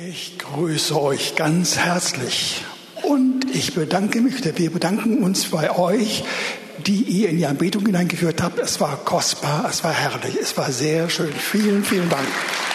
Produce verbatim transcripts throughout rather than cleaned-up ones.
Ich grüße euch ganz herzlich und ich bedanke mich, wir bedanken uns bei euch, die ihr in die Anbetung hineingeführt habt. Es war kostbar, es war herrlich, es war sehr schön. Vielen, vielen Dank.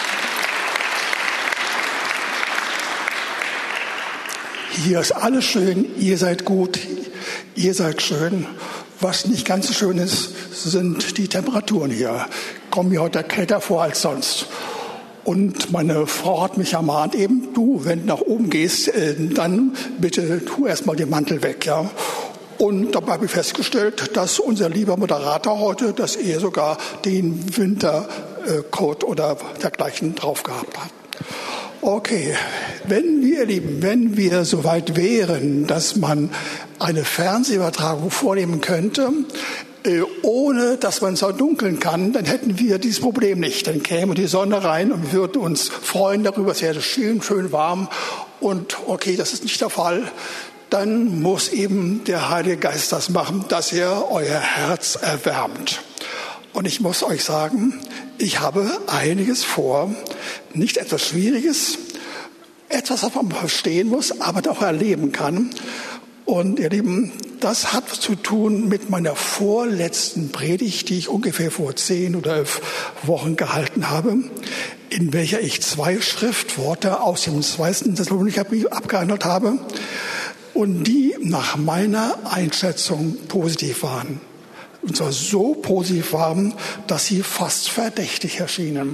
Hier ist alles schön, ihr seid gut, ihr seid schön. Was nicht ganz so schön ist, sind die Temperaturen hier. Kommen mir heute kälter vor als sonst. Und meine Frau hat mich ermahnt, eben, du, wenn du nach oben gehst, äh, dann bitte tu erstmal den Mantel weg, ja. Und dabei habe ich festgestellt, dass unser lieber Moderator heute, dass er sogar den Wintercoat oder dergleichen drauf gehabt hat. Okay, wenn wir, ihr Lieben, wenn wir soweit wären, dass man eine Fernsehübertragung vornehmen könnte, ohne dass man es verdunkeln kann, dann hätten wir dieses Problem nicht. Dann käme die Sonne rein und wir würden uns freuen darüber, es wäre schön, schön warm. Und okay, das ist nicht der Fall. Dann muss eben der Heilige Geist das machen, dass er euer Herz erwärmt. Und ich muss euch sagen, ich habe einiges vor. Nicht etwas Schwieriges, etwas, was man verstehen muss, aber auch erleben kann. Und ihr Lieben, das hat zu tun mit meiner vorletzten Predigt, die ich ungefähr vor zehn oder elf Wochen gehalten habe, in welcher ich zwei Schriftworte aus dem zweiten Thessalonicherbrief abgehandelt habe und die nach meiner Einschätzung positiv waren. Und zwar so positiv waren, dass sie fast verdächtig erschienen.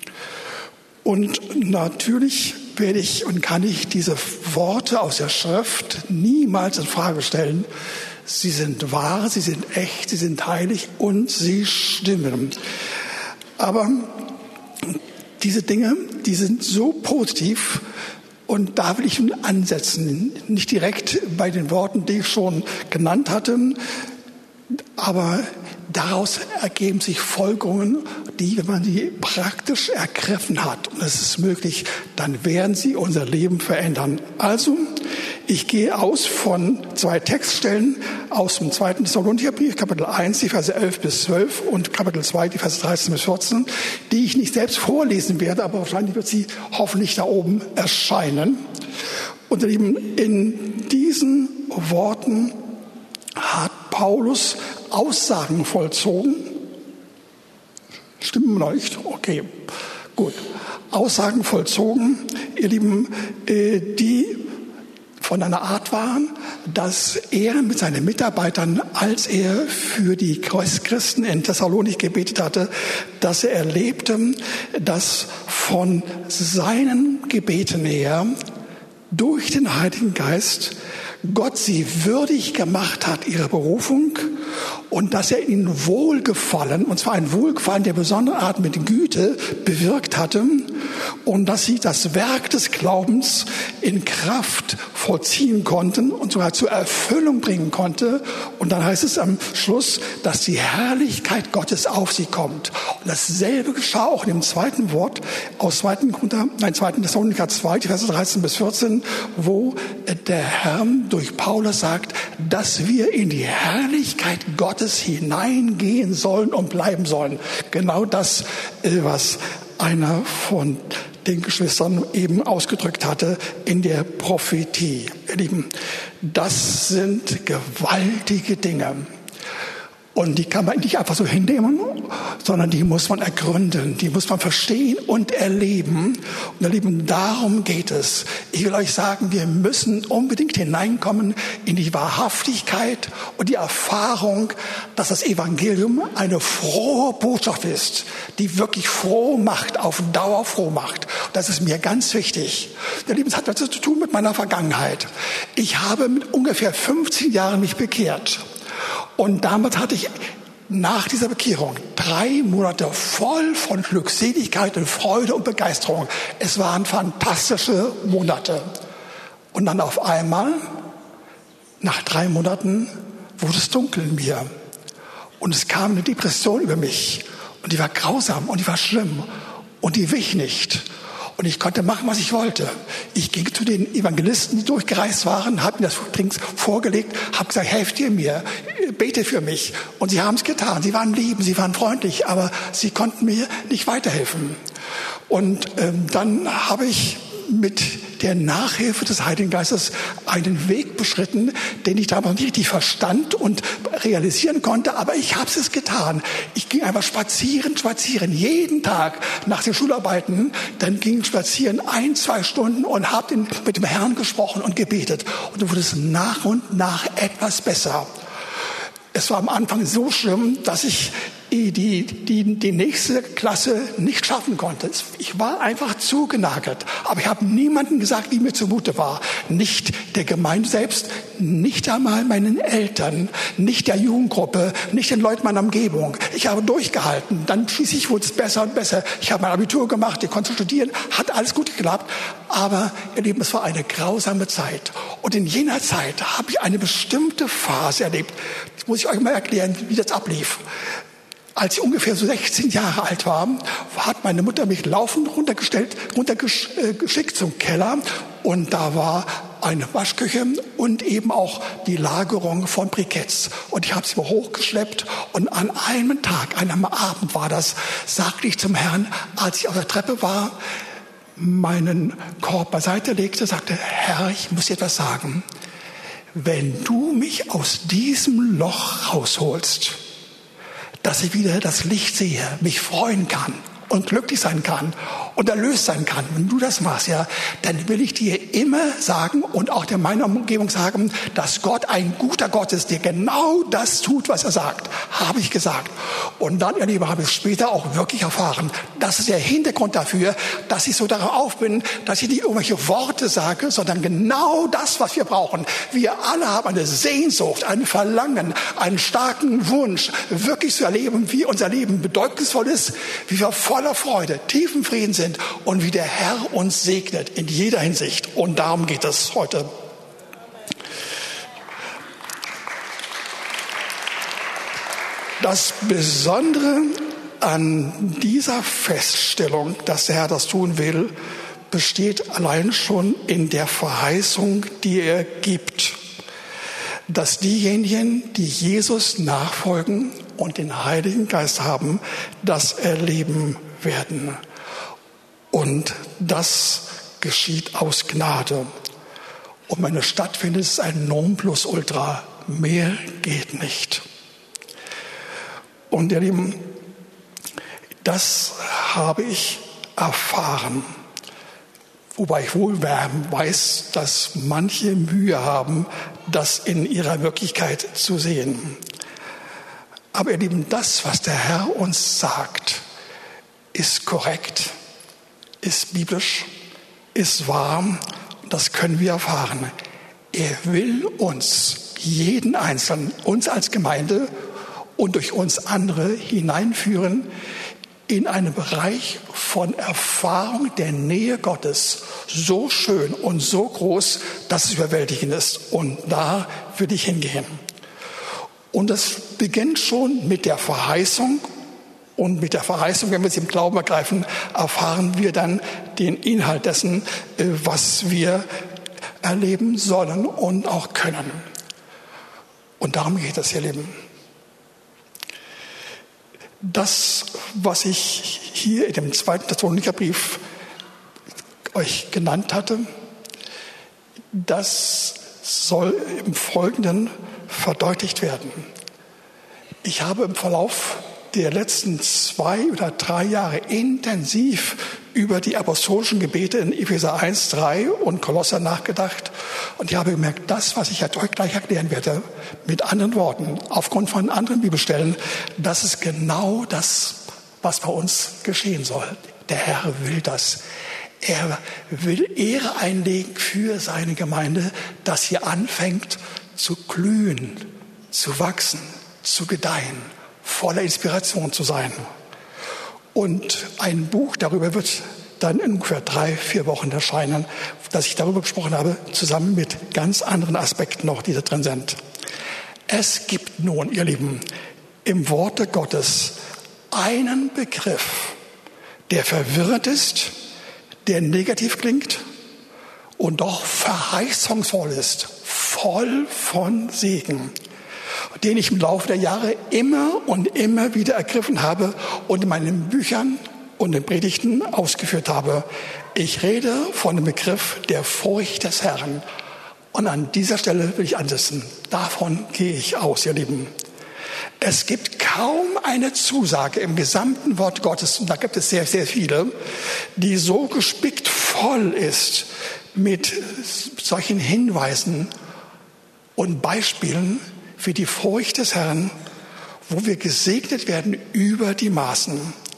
Und natürlich werde ich und kann ich diese Worte aus der Schrift niemals in Frage stellen. Sie sind wahr, sie sind echt, sie sind heilig und sie stimmen. Aber diese Dinge, die sind so positiv und da will ich nun ansetzen. Nicht direkt bei den Worten, die ich schon genannt hatte, aber daraus ergeben sich Folgerungen, die, wenn man sie praktisch ergriffen hat, und es ist möglich, dann werden sie unser Leben verändern. Also, ich gehe aus von zwei Textstellen aus dem zweiten Thessalonicherbrief, Kapitel eins, die Verse elf bis zwölf und Kapitel zwei, die Verse dreizehn bis vierzehn, die ich nicht selbst vorlesen werde, aber wahrscheinlich wird sie hoffentlich da oben erscheinen. Und eben in diesen Worten hat Paulus Aussagen vollzogen. Stimmen noch nicht? Okay, gut. Aussagen vollzogen, ihr Lieben, die von einer Art waren, dass er mit seinen Mitarbeitern, als er für die Christen in Thessalonik gebetet hatte, dass er erlebte, dass von seinen Gebeten her durch den Heiligen Geist Gott sie würdig gemacht hat, ihre Berufung, und dass er ihnen Wohlgefallen, und zwar ein Wohlgefallen der besonderen Art mit Güte, bewirkt hatte, und dass sie das Werk des Glaubens in Kraft vollziehen konnten und sogar zur Erfüllung bringen konnte. Und dann heißt es am Schluss, dass die Herrlichkeit Gottes auf sie kommt. Und dasselbe geschah auch in dem zweiten Wort aus zweiten Thessalonicher zwei, die Verse dreizehn bis vierzehn, wo der Herr durch Paulus sagt, dass wir in die Herrlichkeit Gottes hineingehen sollen und bleiben sollen. Genau das, was einer von den Geschwistern eben ausgedrückt hatte in der Prophetie. Ihr Lieben, das sind gewaltige Dinge. Und die kann man nicht einfach so hinnehmen, sondern die muss man ergründen, die muss man verstehen und erleben. Und ihr Lieben, darum geht es. Ich will euch sagen, wir müssen unbedingt hineinkommen in die Wahrhaftigkeit und die Erfahrung, dass das Evangelium eine frohe Botschaft ist, die wirklich froh macht, auf Dauer froh macht. Und das ist mir ganz wichtig. Ihr Lieben, es hat etwas zu tun mit meiner Vergangenheit. Ich habe mit ungefähr fünfzehn Jahren mich bekehrt. Und damals hatte ich nach dieser Bekehrung drei Monate voll von Glückseligkeit und Freude und Begeisterung. Es waren fantastische Monate. Und dann auf einmal, nach drei Monaten, wurde es dunkel in mir. Und es kam eine Depression über mich. Und die war grausam und die war schlimm. Und die wich nicht. Und ich konnte machen, was ich wollte. Ich ging zu den Evangelisten, die durchgereist waren, habe mir das übrigens vorgelegt, habe gesagt, helft ihr mir, bete für mich. Und sie haben es getan. Sie waren lieb, sie waren freundlich, aber sie konnten mir nicht weiterhelfen. Und ähm, dann habe ich mit der Nachhilfe des Heiligen Geistes einen Weg beschritten, den ich damals nicht richtig verstand und realisieren konnte, aber ich habe es getan. Ich ging einfach spazieren, spazieren, jeden Tag nach den Schularbeiten, dann ging ich spazieren ein, zwei Stunden und habe mit dem Herrn gesprochen und gebetet. Und dann wurde es nach und nach etwas besser. Es war am Anfang so schlimm, dass ich die, die, die nächste Klasse nicht schaffen konnte. Ich war einfach zugenagelt. Aber ich habe niemandem gesagt, wie mir zumute war. Nicht der Gemeinde selbst, nicht einmal meinen Eltern, nicht der Jugendgruppe, nicht den Leuten meiner Umgebung. Ich habe durchgehalten. Dann schließlich wurde es besser und besser. Ich habe mein Abitur gemacht, ich konnte studieren, hat alles gut geklappt. Aber, ihr Lieben, es war eine grausame Zeit. Und in jener Zeit habe ich eine bestimmte Phase erlebt. Das muss ich euch mal erklären, wie das ablief. Als ich ungefähr so sechzehn Jahre alt war, hat meine Mutter mich laufend runtergestellt, runtergeschickt zum Keller. Und da war eine Waschküche und eben auch die Lagerung von Briketts. Und ich habe sie mal hochgeschleppt. Und an einem Tag, an einem Abend war das, sagte ich zum Herrn, als ich auf der Treppe war, meinen Korb beiseite legte, sagte, Herr, ich muss dir etwas sagen. Wenn du mich aus diesem Loch rausholst, dass ich wieder das Licht sehe, mich freuen kann und glücklich sein kann und erlöst sein kann. Wenn du das machst, ja, dann will ich dir immer sagen und auch der meiner Umgebung sagen, dass Gott ein guter Gott ist, der genau das tut, was er sagt, habe ich gesagt. Und dann, ihr Lieben, habe ich es später auch wirklich erfahren. Das ist der Hintergrund dafür, dass ich so darauf auf bin, dass ich nicht irgendwelche Worte sage, sondern genau das, was wir brauchen. Wir alle haben eine Sehnsucht, ein Verlangen, einen starken Wunsch, wirklich zu erleben, wie unser Leben bedeutungsvoll ist, wie wir voller Freude, tiefen Frieden sind und wie der Herr uns segnet in jeder Hinsicht. Und darum geht es heute. Das Besondere an dieser Feststellung, dass der Herr das tun will, besteht allein schon in der Verheißung, die er gibt, dass diejenigen, die Jesus nachfolgen und den Heiligen Geist haben, das erleben werden. Und das geschieht aus Gnade. Und wenn es stattfindet, ist es ein Nonplusultra. Mehr geht nicht. Und ihr Lieben, das habe ich erfahren. Wobei ich wohl weiß, dass manche Mühe haben, das in ihrer Wirklichkeit zu sehen. Aber ihr Lieben, das, was der Herr uns sagt, ist korrekt, ist biblisch, ist wahr. Das können wir erfahren. Er will uns, jeden Einzelnen, uns als Gemeinde und durch uns andere hineinführen in einen Bereich von Erfahrung der Nähe Gottes. So schön und so groß, dass es überwältigend ist. Und da will ich hingehen. Und das beginnt schon mit der Verheißung. Und mit der Verheißung, wenn wir sie im Glauben ergreifen, erfahren wir dann den Inhalt dessen, was wir erleben sollen und auch können. Und darum geht es, ihr Lieben. Das, was ich hier in dem zweiten Thessalonicherbrief euch genannt hatte, das soll im Folgenden verdeutlicht werden. Ich habe im Verlauf der letzten zwei oder drei Jahre intensiv über die apostolischen Gebete in Epheser eins, drei und Kolosser nachgedacht. Und ich habe gemerkt, das, was ich euch gleich erklären werde, mit anderen Worten, aufgrund von anderen Bibelstellen, das ist genau das, was bei uns geschehen soll. Der Herr will das. Er will Ehre einlegen für seine Gemeinde, dass sie anfängt zu glühen, zu wachsen, zu gedeihen, voller Inspiration zu sein. Und ein Buch darüber wird dann in ungefähr drei, vier Wochen erscheinen, dass ich darüber gesprochen habe, zusammen mit ganz anderen Aspekten noch, die da drin sind. Es gibt nun, ihr Lieben, im Worte Gottes einen Begriff, der verwirrend ist, der negativ klingt und doch verheißungsvoll ist, voll von Segen, den ich im Laufe der Jahre immer und immer wieder ergriffen habe und in meinen Büchern und in Predigten ausgeführt habe. Ich rede von dem Begriff der Furcht des Herrn. Und an dieser Stelle will ich ansetzen. Davon gehe ich aus, ihr Lieben. Es gibt kaum eine Zusage im gesamten Wort Gottes, und da gibt es sehr, sehr viele, die so gespickt voll ist mit solchen Hinweisen und Beispielen für die Furcht des Herrn, wo wir gesegnet werden über die Maßen.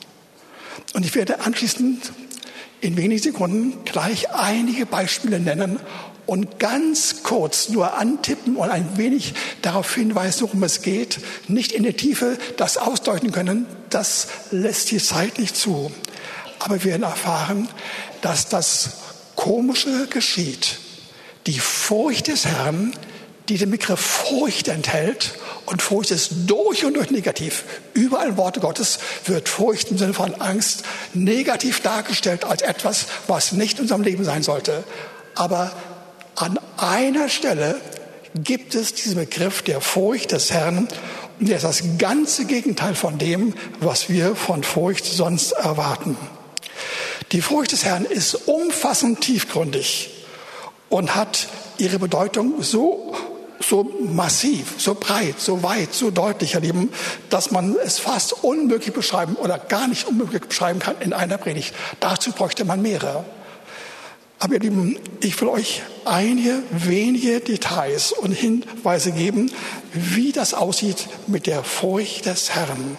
Und ich werde anschließend in wenigen Sekunden gleich einige Beispiele nennen und ganz kurz nur antippen und ein wenig darauf hinweisen, worum es geht. Nicht in der Tiefe das ausdeuten können, das lässt die Zeit nicht zu. Aber wir werden erfahren, dass das Komische geschieht. Die Furcht des Herrn, die den Begriff Furcht enthält, und Furcht ist durch und durch negativ. Überall im Wort Gottes wird Furcht im Sinne von Angst negativ dargestellt als etwas, was nicht in unserem Leben sein sollte. Aber an einer Stelle gibt es diesen Begriff der Furcht des Herrn, und der ist das ganze Gegenteil von dem, was wir von Furcht sonst erwarten. Die Furcht des Herrn ist umfassend tiefgründig und hat ihre Bedeutung so so massiv, so breit, so weit, so deutlich, ihr Lieben, dass man es fast unmöglich beschreiben oder gar nicht unmöglich beschreiben kann in einer Predigt. Dazu bräuchte man mehrere. Aber ihr Lieben, ich will euch einige wenige Details und Hinweise geben, wie das aussieht mit der Furcht des Herrn.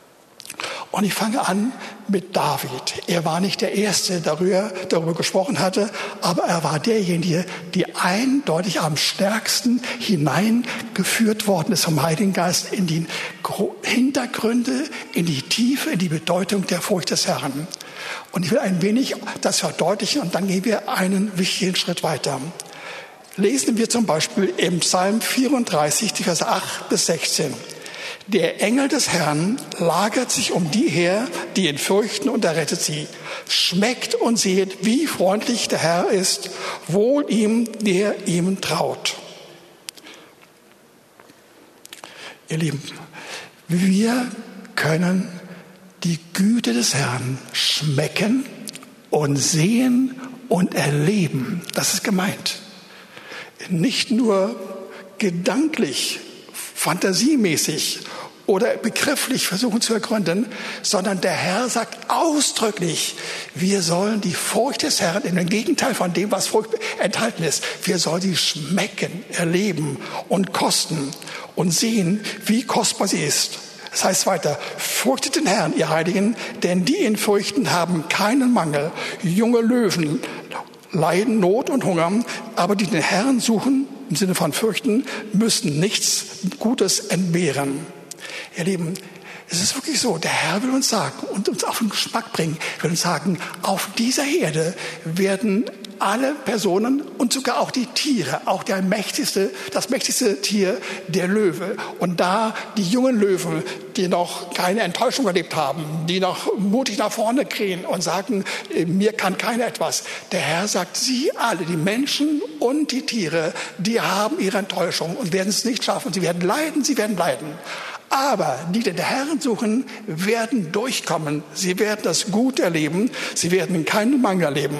Und ich fange an mit David. Er war nicht der Erste, der darüber, darüber gesprochen hatte, aber er war derjenige, der eindeutig am stärksten hineingeführt worden ist vom Heiligen Geist in die Hintergründe, in die Tiefe, in die Bedeutung der Furcht des Herrn. Und ich will ein wenig das verdeutlichen und dann gehen wir einen wichtigen Schritt weiter. Lesen wir zum Beispiel im Psalm vierunddreißig, die Verse acht bis sechzehn. Der Engel des Herrn lagert sich um die her, die ihn fürchten, und er rettet sie. Schmeckt und seht, wie freundlich der Herr ist, wohl ihm, der ihm traut. Ihr Lieben, wir können die Güte des Herrn schmecken und sehen und erleben. Das ist gemeint. Nicht nur gedanklich, fantasiemäßig oder begrifflich versuchen zu ergründen, sondern der Herr sagt ausdrücklich, wir sollen die Furcht des Herrn, im Gegenteil von dem, was Furcht enthalten ist, wir sollen sie schmecken, erleben und kosten und sehen, wie kostbar sie ist. Das heißt weiter, fürchtet den Herrn, ihr Heiligen, denn die ihn fürchten, haben keinen Mangel. Junge Löwen leiden Not und Hunger, aber die den Herrn suchen, im Sinne von fürchten, müssen nichts Gutes entbehren. Ihr Lieben, es ist wirklich so, der Herr will uns sagen und uns auf den Geschmack bringen, will uns sagen, auf dieser Erde werden alle Personen und sogar auch die Tiere, auch der mächtigste, das mächtigste Tier, der Löwe. Und da die jungen Löwen, die noch keine Enttäuschung erlebt haben, die noch mutig nach vorne krähen und sagen, mir kann keiner etwas. Der Herr sagt, sie alle, die Menschen und die Tiere, die haben ihre Enttäuschung und werden es nicht schaffen. Sie werden leiden, sie werden leiden. Aber die, die den Herrn suchen, werden durchkommen. Sie werden das Gut erleben. Sie werden keinen Mangel erleben.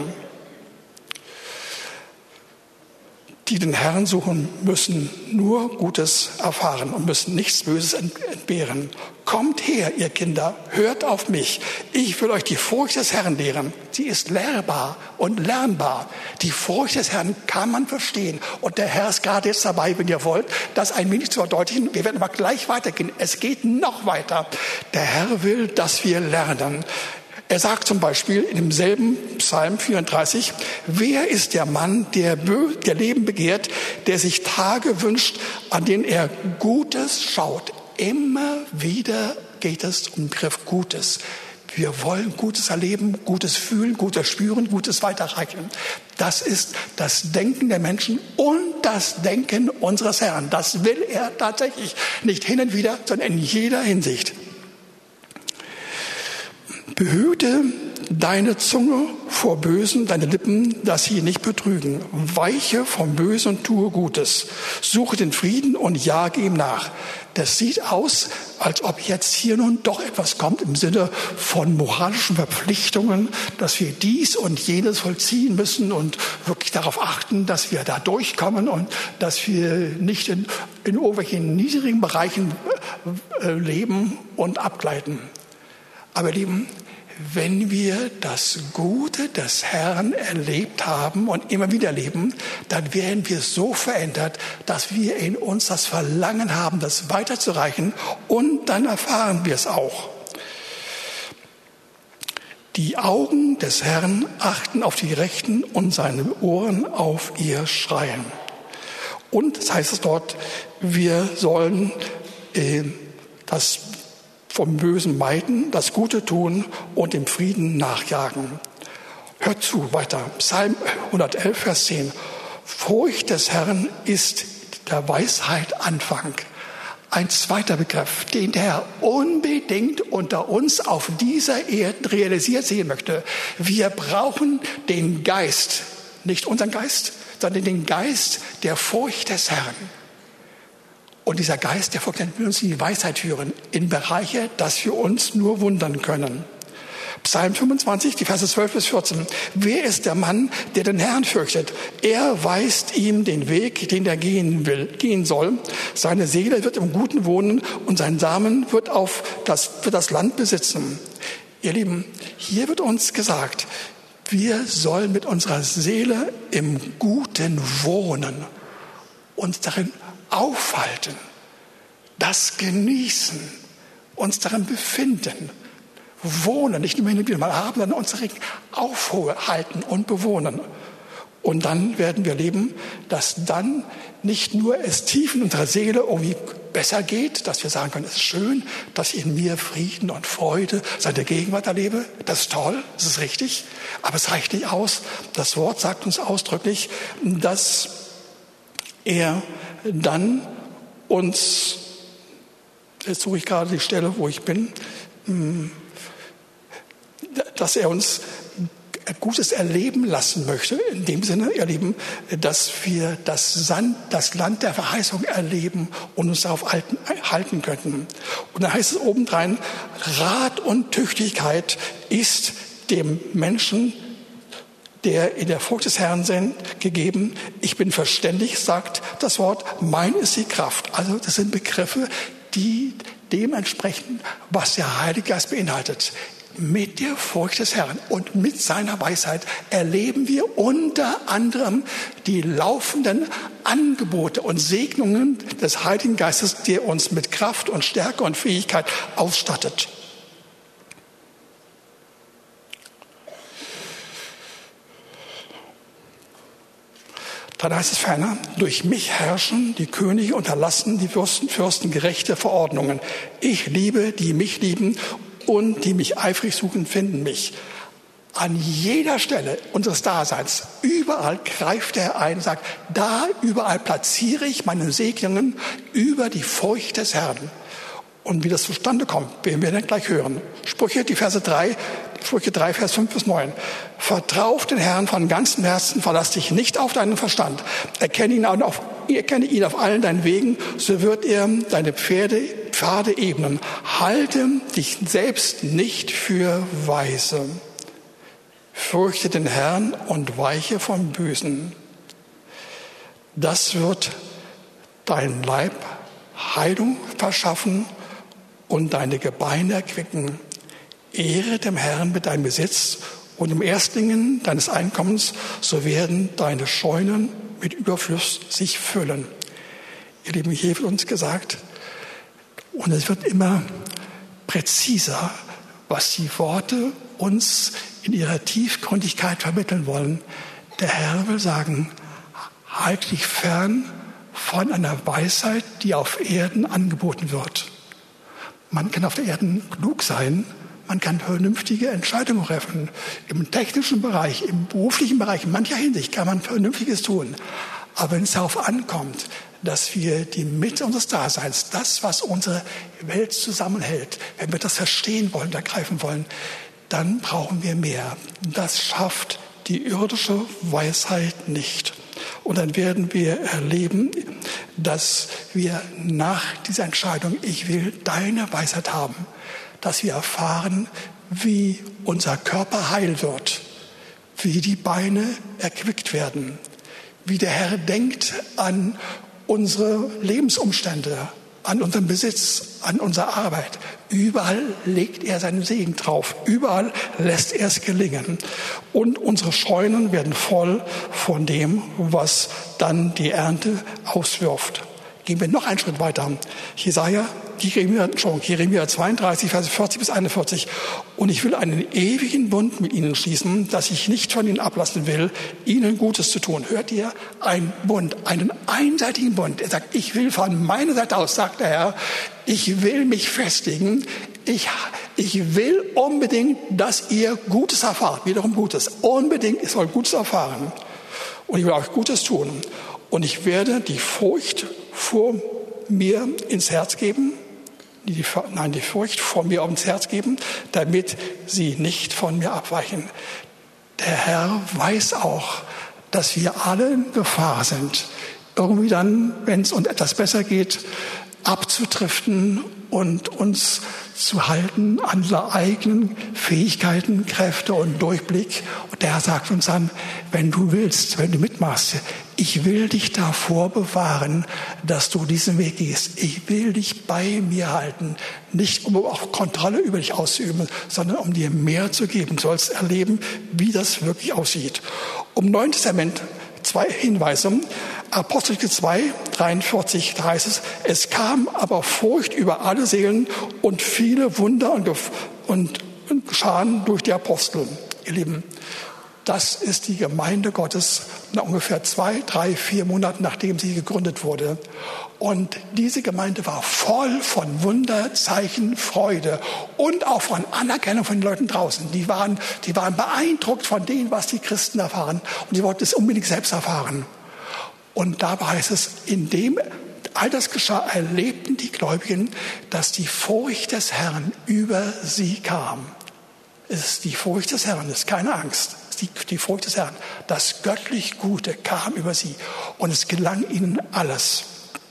Die den Herrn suchen, müssen nur Gutes erfahren und müssen nichts Böses entbehren. Kommt her, ihr Kinder, hört auf mich. Ich will euch die Furcht des Herrn lehren. Sie ist lehrbar und lernbar. Die Furcht des Herrn kann man verstehen. Und der Herr ist gerade jetzt dabei, wenn ihr wollt, das ein wenig zu verdeutlichen. Wir werden aber gleich weitergehen. Es geht noch weiter. Der Herr will, dass wir lernen. Er sagt zum Beispiel in demselben Psalm vierunddreißig, wer ist der Mann, der, der Leben begehrt, der sich Tage wünscht, an denen er Gutes schaut. Immer wieder geht es um den Begriff Gutes. Wir wollen Gutes erleben, Gutes fühlen, Gutes spüren, Gutes weiterreichen. Das ist das Denken der Menschen und das Denken unseres Herrn. Das will er tatsächlich, nicht hin und wieder, sondern in jeder Hinsicht. Behüte deine Zunge vor Bösen, deine Lippen, dass sie nicht betrügen. Weiche vom Bösen und tue Gutes. Suche den Frieden und jage ihm nach. Das sieht aus, als ob jetzt hier nun doch etwas kommt im Sinne von moralischen Verpflichtungen, dass wir dies und jenes vollziehen müssen und wirklich darauf achten, dass wir da durchkommen und dass wir nicht in, in irgendwelchen niedrigen Bereichen äh, leben und abgleiten. Aber Lieben, wenn wir das Gute des Herrn erlebt haben und immer wieder erleben, dann werden wir so verändert, dass wir in uns das Verlangen haben, das weiterzureichen, und dann erfahren wir es auch. Die Augen des Herrn achten auf die Gerechten und seine Ohren auf ihr Schreien. Und das heißt es dort, wir sollen äh, das vom Bösen meiden, das Gute tun und dem Frieden nachjagen. Hört zu, weiter. Psalm hundertelf, Vers zehn. Furcht des Herrn ist der Weisheit Anfang. Ein zweiter Begriff, den der Herr unbedingt unter uns auf dieser Erde realisiert sehen möchte. Wir brauchen den Geist, nicht unseren Geist, sondern den Geist der Furcht des Herrn. Und dieser Geist, der Furcht, will uns in die Weisheit führen, in Bereiche, dass wir uns nur wundern können. Psalm fünfundzwanzig, die Verse zwölf bis vierzehn. Wer ist der Mann, der den Herrn fürchtet? Er weist ihm den Weg, den er gehen will, gehen soll. Seine Seele wird im Guten wohnen und sein Samen wird auf das, wird das Land besitzen. Ihr Lieben, hier wird uns gesagt, wir sollen mit unserer Seele im Guten wohnen, uns darin aufhalten, das genießen, uns darin befinden, wohnen, nicht nur hin und wieder mal haben, sondern uns darin aufhalten und bewohnen. Und dann werden wir erleben, dass dann nicht nur es tief in unserer Seele irgendwie besser geht, dass wir sagen können, es ist schön, dass ich in mir Frieden und Freude seine Gegenwart erlebe. Das ist toll, das ist richtig, aber es reicht nicht aus. Das Wort sagt uns ausdrücklich, dass er dann uns, jetzt suche ich gerade die Stelle, wo ich bin, dass er uns Gutes erleben lassen möchte, in dem Sinne erleben, dass wir das, Sand, das Land der Verheißung erleben und uns darauf halten, halten könnten. Und dann heißt es obendrein, Rat und Tüchtigkeit ist dem Menschen, der in der Furcht des Herrn sind, gegeben. Ich bin verständig, sagt das Wort, mein ist die Kraft. Also das sind Begriffe, die dementsprechend, was der Heilige Geist beinhaltet. Mit der Furcht des Herrn und mit seiner Weisheit erleben wir unter anderem die laufenden Angebote und Segnungen des Heiligen Geistes, der uns mit Kraft und Stärke und Fähigkeit ausstattet. Dann heißt es ferner, durch mich herrschen die Könige und erlassen die Fürsten, Fürsten gerechte Verordnungen. Ich liebe, die mich lieben, und die mich eifrig suchen, finden mich. An jeder Stelle unseres Daseins, überall greift er ein und sagt, da überall platziere ich meine Segnungen über die Furcht des Herrn. Und wie das zustande kommt, werden wir dann gleich hören. Sprüche, die Verse drei, Sprüche drei, Vers fünf bis neun. Vertrau auf den Herrn von ganzem Herzen, verlass dich nicht auf deinen Verstand. Erkenne ihn auf, erkenne ihn auf allen deinen Wegen, so wird er deine Pferde, Pfade ebnen. Halte dich selbst nicht für weise. Fürchte den Herrn und weiche vom Bösen. Das wird dein Leib Heilung verschaffen und deine Gebeine erquicken. Ehre dem Herrn mit deinem Besitz und im Erstlingen deines Einkommens, so werden deine Scheunen mit Überfluss sich füllen. Ihr Lieben, hier wird uns gesagt, und es wird immer präziser, was die Worte uns in ihrer Tiefgründigkeit vermitteln wollen. Der Herr will sagen, halt dich fern von einer Weisheit, die auf Erden angeboten wird. Man kann auf der Erde klug sein, man kann vernünftige Entscheidungen treffen. Im technischen Bereich, im beruflichen Bereich, in mancher Hinsicht kann man Vernünftiges tun. Aber wenn es darauf ankommt, dass wir die Mitte unseres Daseins, das, was unsere Welt zusammenhält, wenn wir das verstehen wollen, ergreifen wollen, dann brauchen wir mehr. Das schafft die irdische Weisheit nicht. Und dann werden wir erleben, dass wir nach dieser Entscheidung, ich will deine Weisheit haben, dass wir erfahren, wie unser Körper heil wird, wie die Beine erquickt werden, wie der Herr denkt an unsere Lebensumstände, an unseren Besitz, an unsere Arbeit. Überall legt er seinen Segen drauf. Überall lässt er es gelingen. Und unsere Scheunen werden voll von dem, was dann die Ernte auswirft. Gehen wir noch einen Schritt weiter. Jesaja, Jeremia, Jeremia zweiunddreißig, Verse vierzig bis einundvierzig. Und ich will einen ewigen Bund mit ihnen schließen, dass ich nicht von ihnen ablassen will, ihnen Gutes zu tun. Hört ihr? Ein Bund, einen einseitigen Bund. Er sagt, ich will von meiner Seite aus, sagt der Herr, ich will mich festigen. Ich, ich will unbedingt, dass ihr Gutes erfahrt. Wiederum Gutes. Unbedingt, ihr sollt Gutes erfahren. Und ich will euch Gutes tun. Und ich werde die Furcht vor mir ins Herz geben, die, nein, die Furcht vor mir ins Herz geben, damit sie nicht von mir abweichen. Der Herr weiß auch, dass wir alle in Gefahr sind, irgendwie dann, wenn es uns etwas besser geht, abzudriften und uns zu halten an unsere eigenen Fähigkeiten, Kräfte und Durchblick. Und der Herr sagt uns dann, wenn du willst, wenn du mitmachst, ich will dich davor bewahren, dass du diesen Weg gehst. Ich will dich bei mir halten, nicht um auch Kontrolle über dich auszuüben, sondern um dir mehr zu geben. Du sollst erleben, wie das wirklich aussieht. Im Neuen Testament zwei Hinweise. Apostelgeschichte zwei, dreiundvierzig, da heißt es, es kam aber Furcht über alle Seelen und viele Wunder und, und, und geschahen durch die Apostel. Ihr Lieben, das ist die Gemeinde Gottes nach ungefähr zwei, drei, vier Monaten, nachdem sie gegründet wurde. Und diese Gemeinde war voll von Wunder, Zeichen, Freude und auch von Anerkennung von den Leuten draußen. Die waren, die waren beeindruckt von dem, was die Christen erfahren. Und die wollten es unbedingt selbst erfahren. Und dabei heißt es, indem all das geschah, erlebten die Gläubigen, dass die Furcht des Herrn über sie kam. Es ist die Furcht des Herrn, es ist keine Angst. Es ist die, die Furcht des Herrn. Das göttlich Gute kam über sie. Und es gelang ihnen alles.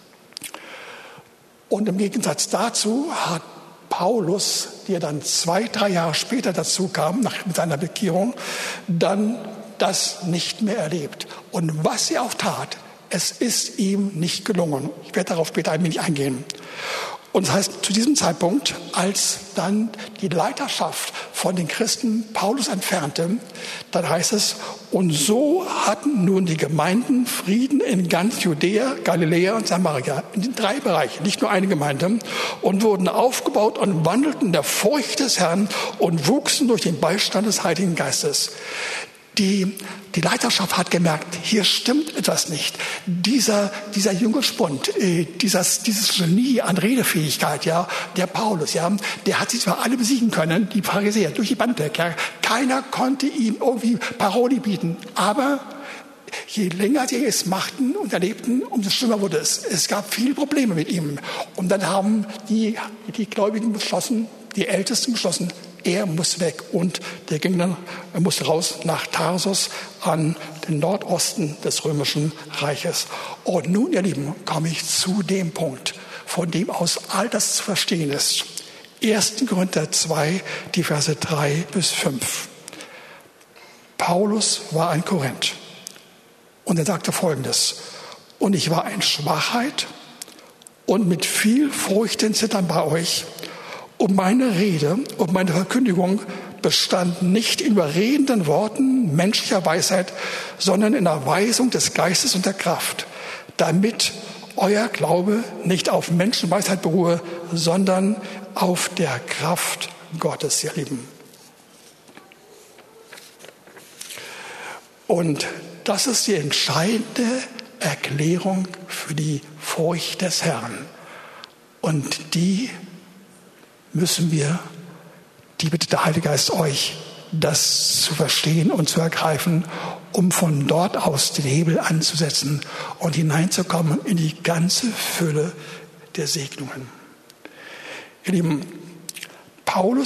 Und im Gegensatz dazu hat Paulus, der dann zwei, drei Jahre später dazu kam, nach mit seiner Bekehrung, dann das nicht mehr erlebt. Und was er auch tat, es ist ihm nicht gelungen. Ich werde darauf später ein wenig eingehen. Und das heißt, zu diesem Zeitpunkt, als dann die Leiterschaft von den Christen Paulus entfernte, dann heißt es, und so hatten nun die Gemeinden Frieden in ganz Judäa, Galiläa und Samaria, in den drei Bereichen, nicht nur eine Gemeinde, und wurden aufgebaut und wandelten in der Furcht des Herrn und wuchsen durch den Beistand des Heiligen Geistes. Die, die Leiterschaft hat gemerkt, hier stimmt etwas nicht. Dieser, dieser junge Spund, äh, dieses, dieses Genie an Redefähigkeit, ja, der Paulus, ja, der hat sich zwar alle besiegen können, die Pharisäer, durch die Band weg, ja. Keiner konnte ihm irgendwie Paroli bieten. Aber je länger sie es machten und erlebten, umso schlimmer wurde es. Es gab viele Probleme mit ihm. Und dann haben die, die Gläubigen beschlossen, die Ältesten beschlossen, er muss weg. Und der ging dann, er musste raus nach Tarsus an den Nordosten des Römischen Reiches. Und nun, ihr Lieben, komme ich zu dem Punkt, von dem aus all das zu verstehen ist. erster Korinther zwei, die Verse drei bis fünf. Paulus war in Korinth. Und er sagte Folgendes: Und ich war in Schwachheit und mit viel Furcht und Zittern bei euch. Und meine Rede und meine Verkündigung bestand nicht in überredenden Worten menschlicher Weisheit, sondern in der Weisung des Geistes und der Kraft, damit euer Glaube nicht auf Menschenweisheit beruhe, sondern auf der Kraft Gottes, ihr Lieben. Und das ist die entscheidende Erklärung für die Furcht des Herrn. Und die müssen wir, die bittet der Heilige Geist euch, das zu verstehen und zu ergreifen, um von dort aus den Hebel anzusetzen und hineinzukommen in die ganze Fülle der Segnungen. Ihr Lieben, Paulus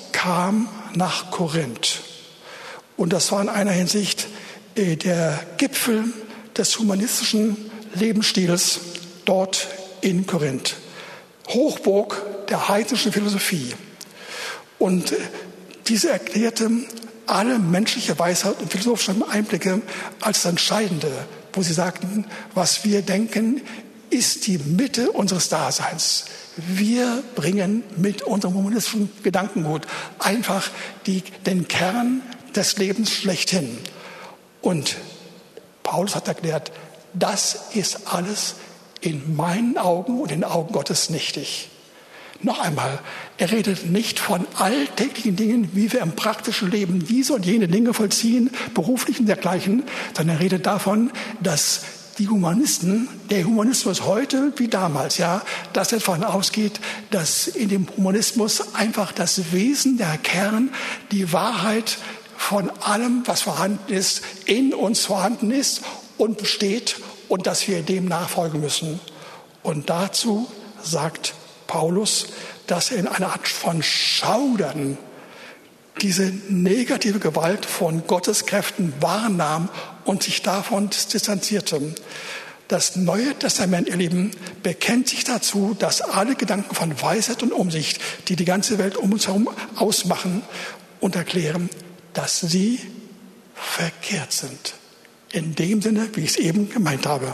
kam nach Korinth. Und das war in einer Hinsicht äh, der Gipfel des humanistischen Lebensstils dort in Korinth. Hochburg der heidnischen Philosophie. Und äh, diese erklärte alle menschliche Weisheit und philosophische Einblicke als das Entscheidende, wo sie sagten, was wir denken, ist die Mitte unseres Daseins. Wir bringen mit unserem humanistischen Gedankengut einfach die, den Kern des Lebens schlechthin. Und Paulus hat erklärt, das ist alles in meinen Augen und in den Augen Gottes nichtig. Noch einmal, er redet nicht von alltäglichen Dingen, wie wir im praktischen Leben diese und jene Dinge vollziehen, beruflich und dergleichen, sondern er redet davon, dass die Humanisten, der Humanismus heute wie damals, ja, dass er davon ausgeht, dass in dem Humanismus einfach das Wesen, der Kern, die Wahrheit von allem, was vorhanden ist, in uns vorhanden ist und besteht und dass wir dem nachfolgen müssen. Und dazu sagt Paulus, dass er in einer Art von Schaudern diese negative Gewalt von Gottes Kräften wahrnahm und sich davon distanzierte. Das Neue Testament, ihr Lieben, bekennt sich dazu, dass alle Gedanken von Weisheit und Umsicht, die die ganze Welt um uns herum ausmachen, und erklären, dass sie verkehrt sind. In dem Sinne, wie ich es eben gemeint habe.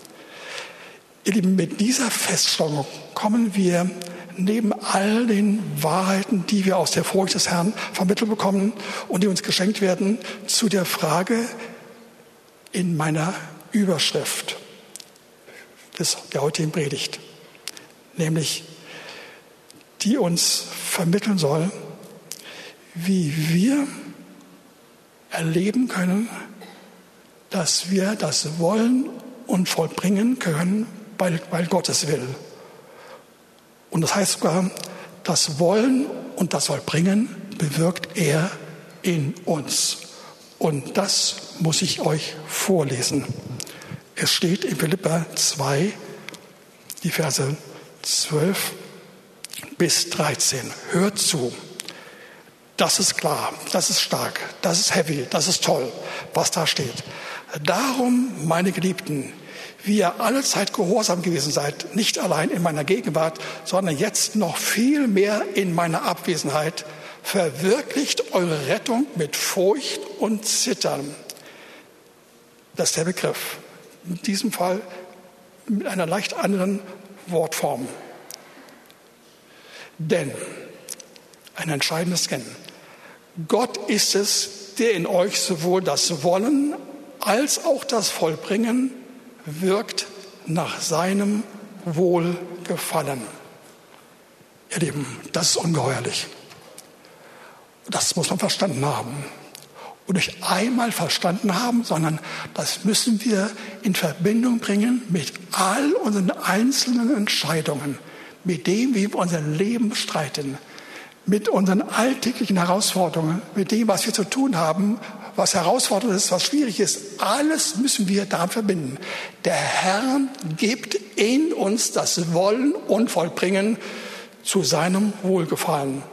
Ihr Lieben, mit dieser Feststellung kommen wir neben all den Wahrheiten, die wir aus der Furcht des Herrn vermittelt bekommen und die uns geschenkt werden, zu der Frage in meiner Überschrift des, der heutigen Predigt, nämlich die uns vermitteln soll, wie wir erleben können, dass wir das wollen und vollbringen können, weil, weil Gott es will. Und das heißt sogar, das Wollen und das Vollbringen bewirkt er in uns. Und das muss ich euch vorlesen. Es steht in Philipper zwei, die Verse zwölf bis dreizehn. Hört zu. Das ist klar, das ist stark, das ist heavy, das ist toll, was da steht. Darum, meine Geliebten, wie ihr alle Zeit gehorsam gewesen seid, nicht allein in meiner Gegenwart, sondern jetzt noch viel mehr in meiner Abwesenheit, verwirklicht eure Rettung mit Furcht und Zittern. Das ist der Begriff. In diesem Fall mit einer leicht anderen Wortform. Denn, ein entscheidendes Kennen, Gott ist es, der in euch sowohl das Wollen als auch das Vollbringen wirkt nach seinem Wohlgefallen. Ihr Lieben, das ist ungeheuerlich. Das muss man verstanden haben. Und nicht einmal verstanden haben, sondern das müssen wir in Verbindung bringen mit all unseren einzelnen Entscheidungen, mit dem, wie wir unser Leben bestreiten, mit unseren alltäglichen Herausforderungen, mit dem, was wir zu tun haben, was herausfordernd ist, was schwierig ist. Alles müssen wir damit verbinden. Der Herr gibt in uns das Wollen und Vollbringen zu seinem Wohlgefallen.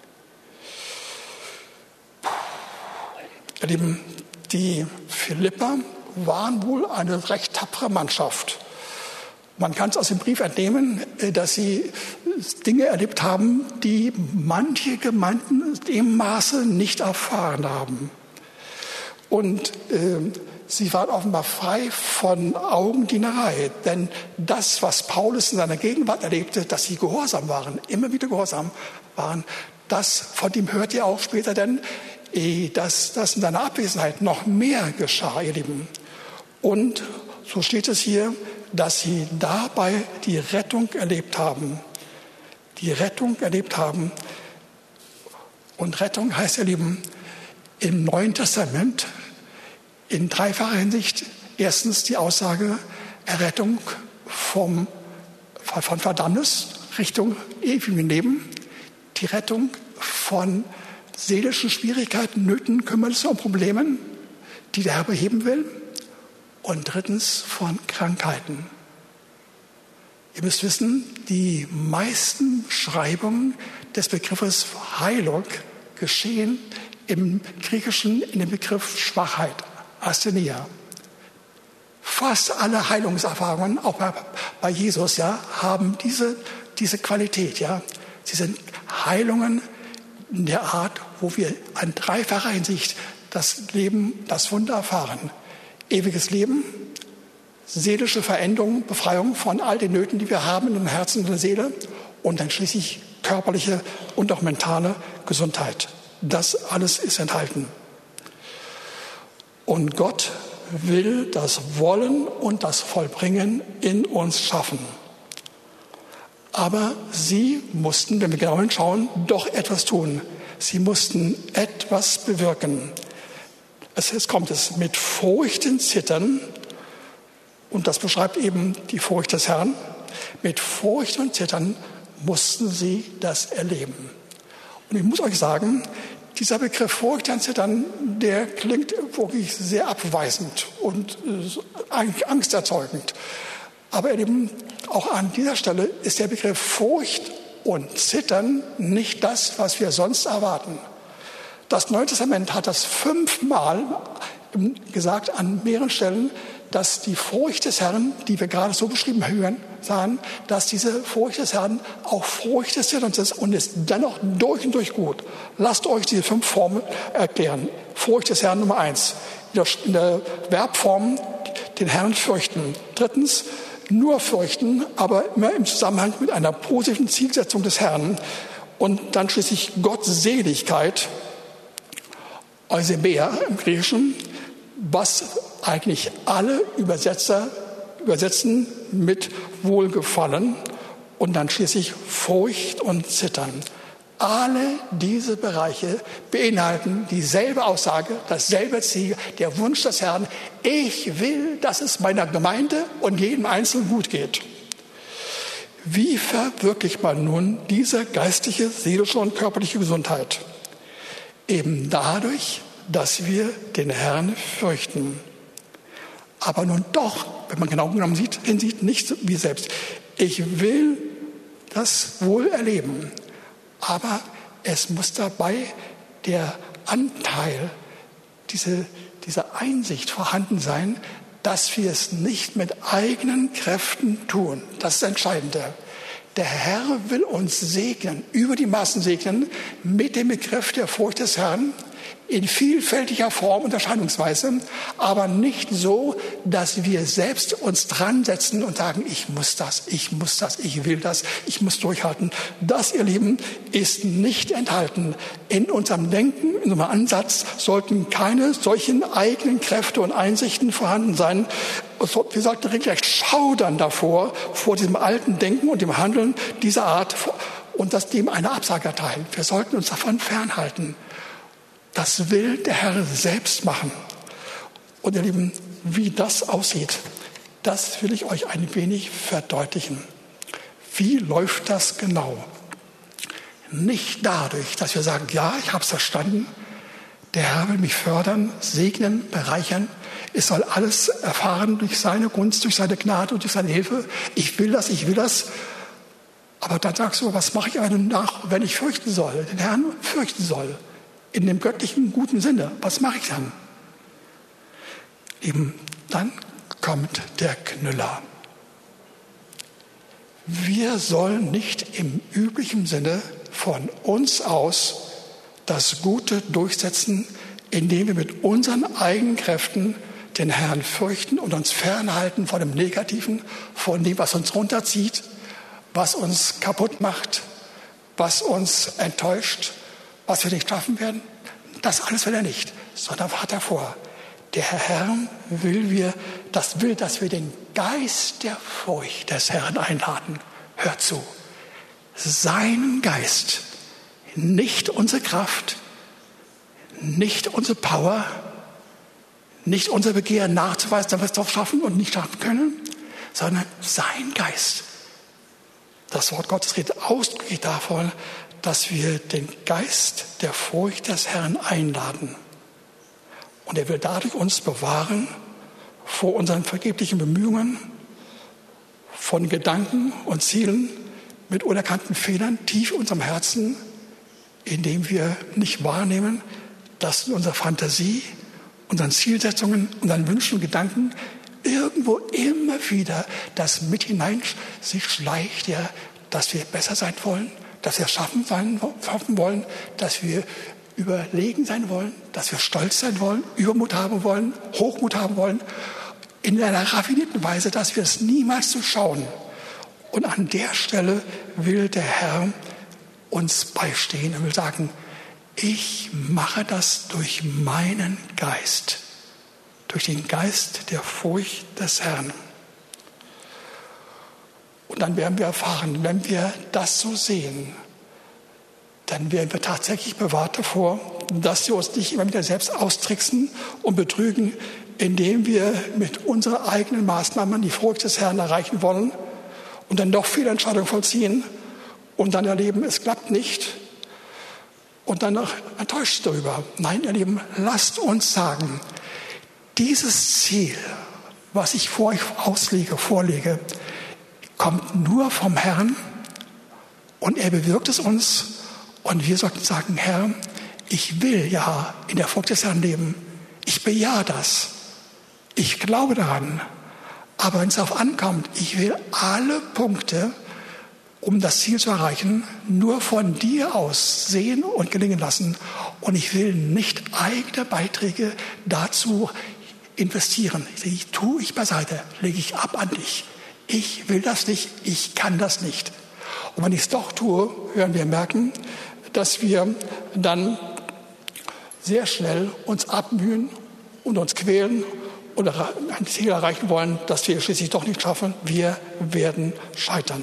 Ihr Lieben, die Philipper waren wohl eine recht tapfere Mannschaft. Man kann es aus dem Brief entnehmen, dass sie Dinge erlebt haben, die manche Gemeinden im Maße nicht erfahren haben. Und äh, sie waren offenbar frei von Augendienerei. Denn das, was Paulus in seiner Gegenwart erlebte, dass sie gehorsam waren, immer wieder gehorsam waren, das, von dem hört ihr auch später denn, dass das in seiner Abwesenheit noch mehr geschah, ihr Lieben. Und so steht es hier, dass sie dabei die Rettung erlebt haben. Die Rettung erlebt haben. Und Rettung heißt, ihr Lieben, im Neuen Testament in dreifacher Hinsicht. Erstens die Aussage, Errettung vom, von Verdammnis Richtung ewigem Leben. Die Rettung von seelischen Schwierigkeiten, Nöten, Kümmernissen und Problemen, die der Herr beheben will. Und drittens von Krankheiten. Ihr müsst wissen, die meisten Beschreibungen des Begriffes Heilung geschehen im Griechischen in dem Begriff Schwachheit, Asthenia. Fast alle Heilungserfahrungen, auch bei, bei Jesus, ja, haben diese, diese Qualität. Ja. Sie sind Heilungen in der Art, wo wir an dreifacher Hinsicht das Leben, das Wunder erfahren. Ewiges Leben, seelische Veränderung, Befreiung von all den Nöten, die wir haben in dem Herzen und der Seele und dann schließlich körperliche und auch mentale Gesundheit. Das alles ist enthalten. Und Gott will das Wollen und das Vollbringen in uns schaffen. Aber sie mussten, wenn wir genau hinschauen, doch etwas tun. Sie mussten etwas bewirken. Jetzt kommt es mit Furcht und Zittern, und das beschreibt eben die Furcht des Herrn. Mit Furcht und Zittern mussten sie das erleben. Und ich muss euch sagen, dieser Begriff Furcht und Zittern, der klingt wirklich sehr abweisend und eigentlich angsterzeugend. Aber eben auch an dieser Stelle ist der Begriff Furcht und Zittern nicht das, was wir sonst erwarten. Das Neue Testament hat das fünfmal gesagt an mehreren Stellen, dass die Furcht des Herrn, die wir gerade so beschrieben hören, sahen, dass diese Furcht des Herrn auch Furcht des Zitterns ist und ist dennoch durch und durch gut. Lasst euch diese fünf Formen erklären. Furcht des Herrn Nummer eins. In der Verbform den Herrn fürchten. Drittens, nur fürchten, aber immer im Zusammenhang mit einer positiven Zielsetzung des Herrn. Und dann schließlich Gottseligkeit, Eusebia im Griechischen, was eigentlich alle Übersetzer übersetzen mit Wohlgefallen und dann schließlich Furcht und Zittern. Alle diese Bereiche beinhalten dieselbe Aussage, dasselbe Ziel, der Wunsch des Herrn. Ich will, dass es meiner Gemeinde und jedem Einzelnen gut geht. Wie verwirklicht man nun diese geistliche, seelische und körperliche Gesundheit? Eben dadurch, dass wir den Herrn fürchten. Aber nun doch, wenn man genau genommen sieht, hinsieht, nicht wie selbst. Ich will das wohl erleben, aber es muss dabei der Anteil, diese, diese Einsicht vorhanden sein, dass wir es nicht mit eigenen Kräften tun. Das ist das Entscheidende. Der Herr will uns segnen, über die Maßen segnen, mit dem Begriff der Furcht des Herrn, in vielfältiger Form und Erscheinungsweise, aber nicht so, dass wir selbst uns dran setzen und sagen, ich muss das, ich muss das, ich will das, ich muss durchhalten. Das, ihr Lieben, ist nicht enthalten. In unserem Denken, in unserem Ansatz sollten keine solchen eigenen Kräfte und Einsichten vorhanden sein. Wir sollten regelrecht schaudern davor, vor diesem alten Denken und dem Handeln dieser Art und das dem eine Absage erteilen. Wir sollten uns davon fernhalten. Das will der Herr selbst machen. Und ihr Lieben, wie das aussieht, das will ich euch ein wenig verdeutlichen. Wie läuft das genau? Nicht dadurch, dass wir sagen, ja, ich habe es verstanden, der Herr will mich fördern, segnen, bereichern. Es soll alles erfahren durch seine Gunst, durch seine Gnade und durch seine Hilfe. Ich will das, ich will das. Aber dann sagst du, was mache ich einem nach, wenn ich fürchten soll, den Herrn fürchten soll? In dem göttlichen guten Sinne. Was mache ich dann? Eben dann kommt der Knüller. Wir sollen nicht im üblichen Sinne von uns aus das Gute durchsetzen, indem wir mit unseren eigenen Kräften den Herrn fürchten und uns fernhalten von dem Negativen, von dem, was uns runterzieht, was uns kaputt macht, was uns enttäuscht, was wir nicht schaffen werden. Das alles will er nicht, sondern hat er vor. Der Herr will wir, das will, dass wir den Geist der Furcht des Herrn einladen. Hört zu. Seinen Geist, nicht unsere Kraft, nicht unsere Power, nicht unser Begehren nachzuweisen, dass wir es doch schaffen und nicht schaffen können, sondern sein Geist. Das Wort Gottes redet ausdrücklich davon, dass wir den Geist der Furcht des Herrn einladen. Und er will dadurch uns bewahren vor unseren vergeblichen Bemühungen, von Gedanken und Zielen mit unerkannten Fehlern tief in unserem Herzen, indem wir nicht wahrnehmen, dass in unserer Fantasie, unseren Zielsetzungen, unseren Wünschen und Gedanken irgendwo immer wieder das mit hinein sich schleicht, ja, dass wir besser sein wollen, dass wir schaffen, sein, schaffen wollen, dass wir überlegen sein wollen, dass wir stolz sein wollen, Übermut haben wollen, Hochmut haben wollen, in einer raffinierten Weise, dass wir es niemals zu schauen. Und an der Stelle will der Herr uns beistehen und will sagen, ich mache das durch meinen Geist, durch den Geist der Furcht des Herrn. Und dann werden wir erfahren, wenn wir das so sehen, dann werden wir tatsächlich bewahrt davor, dass wir uns nicht immer wieder selbst austricksen und betrügen, indem wir mit unseren eigenen Maßnahmen die Furcht des Herrn erreichen wollen und dann doch Fehlentscheidungen vollziehen und dann erleben, es klappt nicht und dann noch enttäuscht darüber. Nein, ihr Lieben, lasst uns sagen, dieses Ziel, was ich vor euch auslege, vorlege, kommt nur vom Herrn und er bewirkt es uns. Und wir sollten sagen, Herr, ich will ja in der Furcht des Herrn leben. Ich bejahe das. Ich glaube daran. Aber wenn es darauf ankommt, ich will alle Punkte, um das Ziel zu erreichen, nur von dir aus sehen und gelingen lassen. Und ich will nicht eigene Beiträge dazu investieren. Die tue ich beiseite, lege ich ab an dich. Ich will das nicht, ich kann das nicht. Und wenn ich es doch tue, werden wir merken, dass wir dann sehr schnell uns abmühen und uns quälen oder ein Ziel erreichen wollen, das wir schließlich doch nicht schaffen. Wir werden scheitern.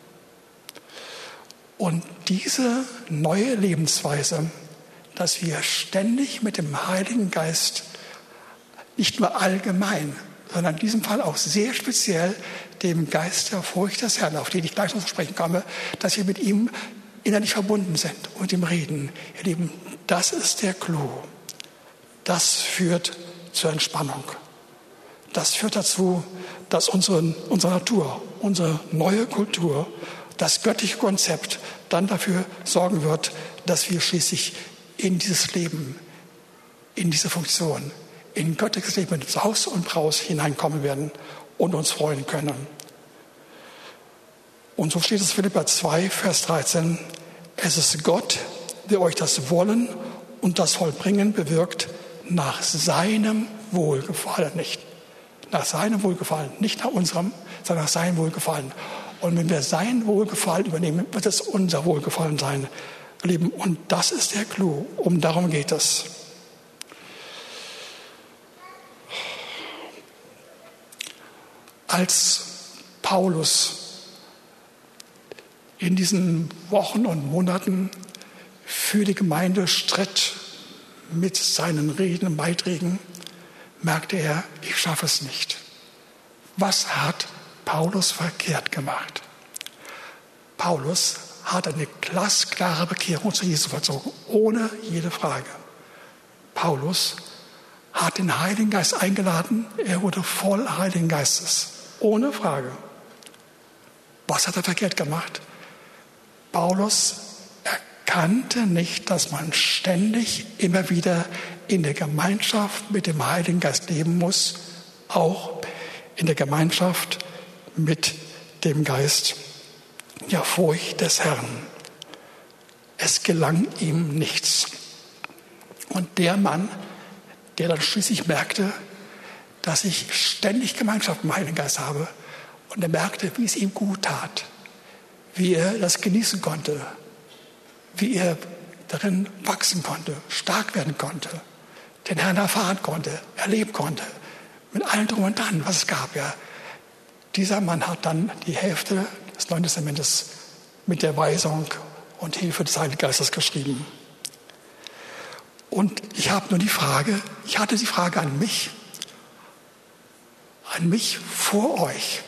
Und diese neue Lebensweise, dass wir ständig mit dem Heiligen Geist nicht nur allgemein, sondern in diesem Fall auch sehr speziell dem Geist der Furcht des Herrn, auf den ich gleich noch zu sprechen komme, dass wir mit ihm innerlich verbunden sind und ihm reden. Ihr Lieben, das ist der Clou. Das führt zur Entspannung. Das führt dazu, dass unsere, unsere Natur, unsere neue Kultur, das göttliche Konzept dann dafür sorgen wird, dass wir schließlich in dieses Leben, in diese Funktion, in göttliches Leben mit Saus und Braus hineinkommen werden und uns freuen können. Und so steht es in Philipper zwei, Vers dreizehn. Es ist Gott, der euch das Wollen und das Vollbringen bewirkt nach seinem Wohlgefallen. Nicht nach seinem Wohlgefallen, nicht nach unserem, sondern nach seinem Wohlgefallen. Und wenn wir sein Wohlgefallen übernehmen, wird es unser Wohlgefallen sein, Lieben. Und das ist der Clou. Um darum geht es. Als Paulus in diesen Wochen und Monaten für die Gemeinde stritt mit seinen Reden und Beiträgen, merkte er, ich schaffe es nicht. Was hat Paulus verkehrt gemacht? Paulus hat eine glasklare Bekehrung zu Jesus vollzogen, ohne jede Frage. Paulus hat den Heiligen Geist eingeladen, er wurde voll Heiligen Geistes, ohne Frage. Was hat er verkehrt gemacht? Paulus erkannte nicht, dass man ständig immer wieder in der Gemeinschaft mit dem Heiligen Geist leben muss, auch in der Gemeinschaft mit dem Geist der Furcht des Herrn. Es gelang ihm nichts. Und der Mann, der dann schließlich merkte, dass ich ständig Gemeinschaft mit dem Heiligen Geist habe, und er merkte, wie es ihm gut tat, wie er das genießen konnte, wie er darin wachsen konnte, stark werden konnte, den Herrn erfahren konnte, erleben konnte, mit allem drum und dran, was es gab. Ja. Dieser Mann hat dann die Hälfte des Neuen Testamentes mit der Weisung und Hilfe des Heiligen Geistes geschrieben. Und ich habe nur die Frage, ich hatte die Frage an mich, an mich vor euch.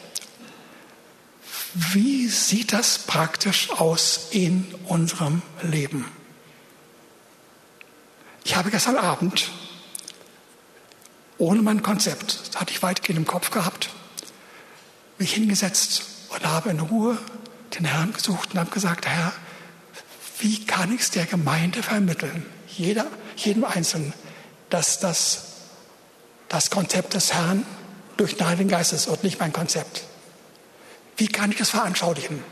Wie sieht das praktisch aus in unserem Leben? Ich habe gestern Abend, ohne mein Konzept, das hatte ich weitgehend im Kopf gehabt, mich hingesetzt und habe in Ruhe den Herrn gesucht und habe gesagt, Herr, Wie kann ich es der Gemeinde vermitteln, jeder, jedem Einzelnen, dass das, das Konzept des Herrn durch den Heiligen Geist ist und nicht mein Konzept? Wie kann ich das veranschaulichen?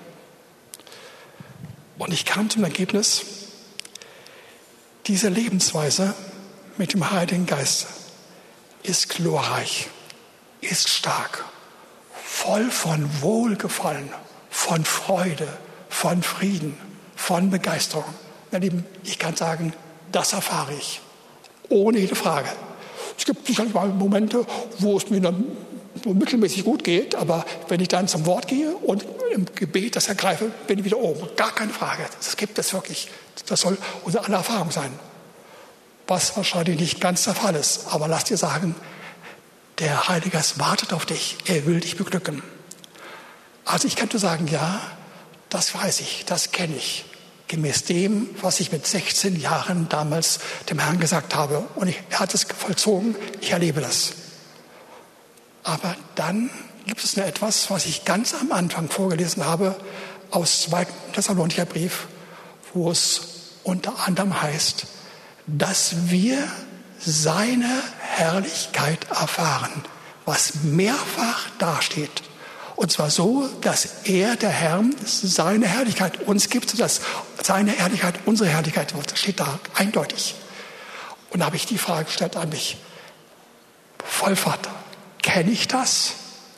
Und ich kam zum Ergebnis, diese Lebensweise mit dem Heiligen Geist ist glorreich, ist stark, voll von Wohlgefallen, von Freude, von Frieden, von Begeisterung. Meine Lieben, ich kann sagen, das erfahre ich, ohne jede Frage. Es gibt sicherlich mal Momente, wo es mir dann so mittelmäßig gut geht, aber wenn ich dann zum Wort gehe und im Gebet das ergreife, bin ich wieder oben. Gar keine Frage. Das gibt es wirklich. Das soll unsere aller Erfahrung sein. Was wahrscheinlich nicht ganz der Fall ist. Aber lass dir sagen, der Heilige Geist wartet auf dich. Er will dich beglücken. Also ich könnte sagen, ja, das weiß ich, das kenne ich. Gemäß dem, was ich mit sechzehn Jahren damals dem Herrn gesagt habe. Und ich, er hat es vollzogen. Ich erlebe das. Aber dann gibt es noch etwas, was ich ganz am Anfang vorgelesen habe, aus zweiten Thessalonicher Brief, wo es unter anderem heißt, dass wir seine Herrlichkeit erfahren, was mehrfach dasteht. Und zwar so, dass er, der Herr, seine Herrlichkeit uns gibt, dass seine Herrlichkeit unsere Herrlichkeit wird. Das steht da eindeutig. Und da habe ich die Frage gestellt an dich, Vollvater, kenne ich das?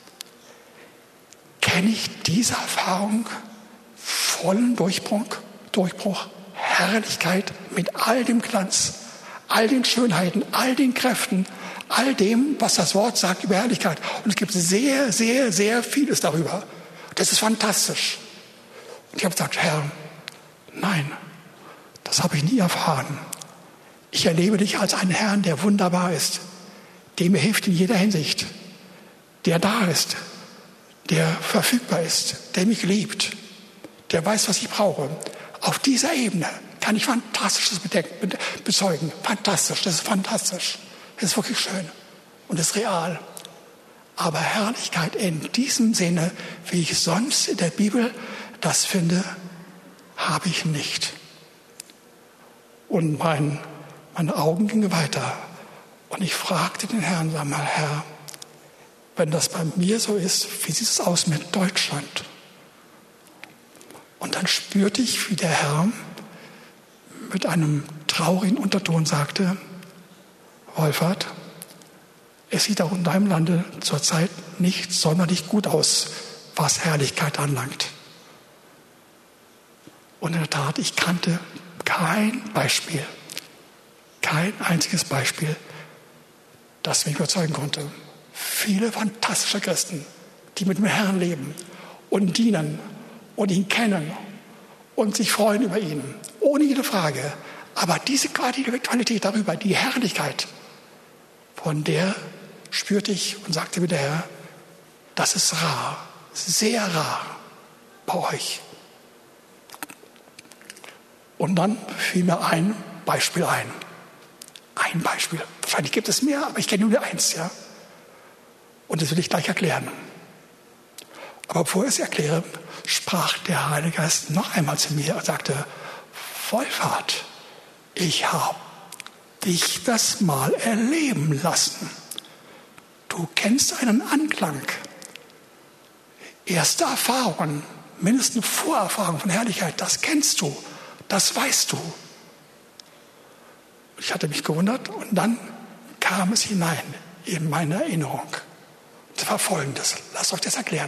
Kenne ich diese Erfahrung, vollen Durchbruch, Durchbruch, Herrlichkeit mit all dem Glanz, all den Schönheiten, all den Kräften, all dem, was das Wort sagt über Herrlichkeit. Und es gibt sehr, sehr, sehr vieles darüber. Das ist fantastisch. Und ich habe gesagt, Herr, nein, das habe ich nie erfahren. Ich erlebe dich als einen Herrn, der wunderbar ist, der mir hilft in jeder Hinsicht, der da ist, der verfügbar ist, der mich liebt, der weiß, was ich brauche. Auf dieser Ebene kann ich Fantastisches bezeugen. Fantastisch, das ist fantastisch. Das ist wirklich schön und das ist real. Aber Herrlichkeit in diesem Sinne, wie ich sonst in der Bibel das finde, habe ich nicht. Und mein, meine Augen gingen weiter. Und ich fragte den Herrn, sag mal, Herr, wenn das bei mir so ist, wie sieht es aus mit Deutschland? Und dann spürte ich, wie der Herr mit einem traurigen Unterton sagte, Wolfert, es sieht auch in deinem Lande zurzeit nicht sonderlich gut aus, was Herrlichkeit anlangt. Und in der Tat, ich kannte kein Beispiel, kein einziges Beispiel, das mich überzeugen konnte. Viele fantastische Christen, die mit dem Herrn leben und dienen und ihn kennen und sich freuen über ihn, ohne jede Frage. Aber diese Qualität darüber, die Herrlichkeit, von der spürte ich und sagte mir der Herr, das ist rar, sehr rar bei euch. Und dann fiel mir ein Beispiel ein. Ein Beispiel. Wahrscheinlich gibt es mehr, aber ich kenne nur eins, ja. Und das will ich gleich erklären. Aber bevor ich es erkläre, sprach der Heilige Geist noch einmal zu mir und sagte, Wolfert, ich habe dich das mal erleben lassen. Du kennst einen Anklang. Erste Erfahrungen, mindestens Vorerfahrungen von Herrlichkeit, das kennst du, das weißt du. Ich hatte mich gewundert und dann kam es hinein in meine Erinnerung. Das war Folgendes, lasst euch das erklären.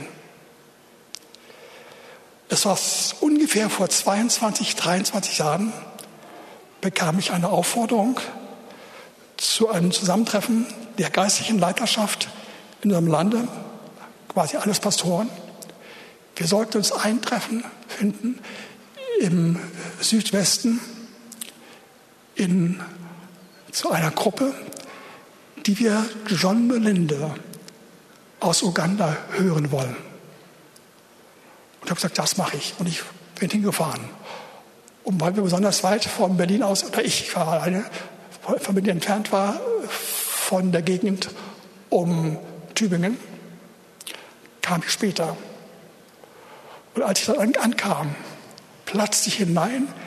Es war ungefähr vor zweiundzwanzig, dreiundzwanzig Jahren, bekam ich eine Aufforderung zu einem Zusammentreffen der geistlichen Leiterschaft in unserem Lande, quasi alles Pastoren. Wir sollten uns eintreffen finden im Südwesten in, zu einer Gruppe, die wir John Melinde aus Uganda hören wollen. Und ich habe gesagt, das mache ich. Und ich bin hingefahren. Und weil wir besonders weit von Berlin aus, oder ich war alleine, von Berlin entfernt war, von der Gegend um Tübingen, kam ich später. Und als ich dann ankam, platzte ich hinein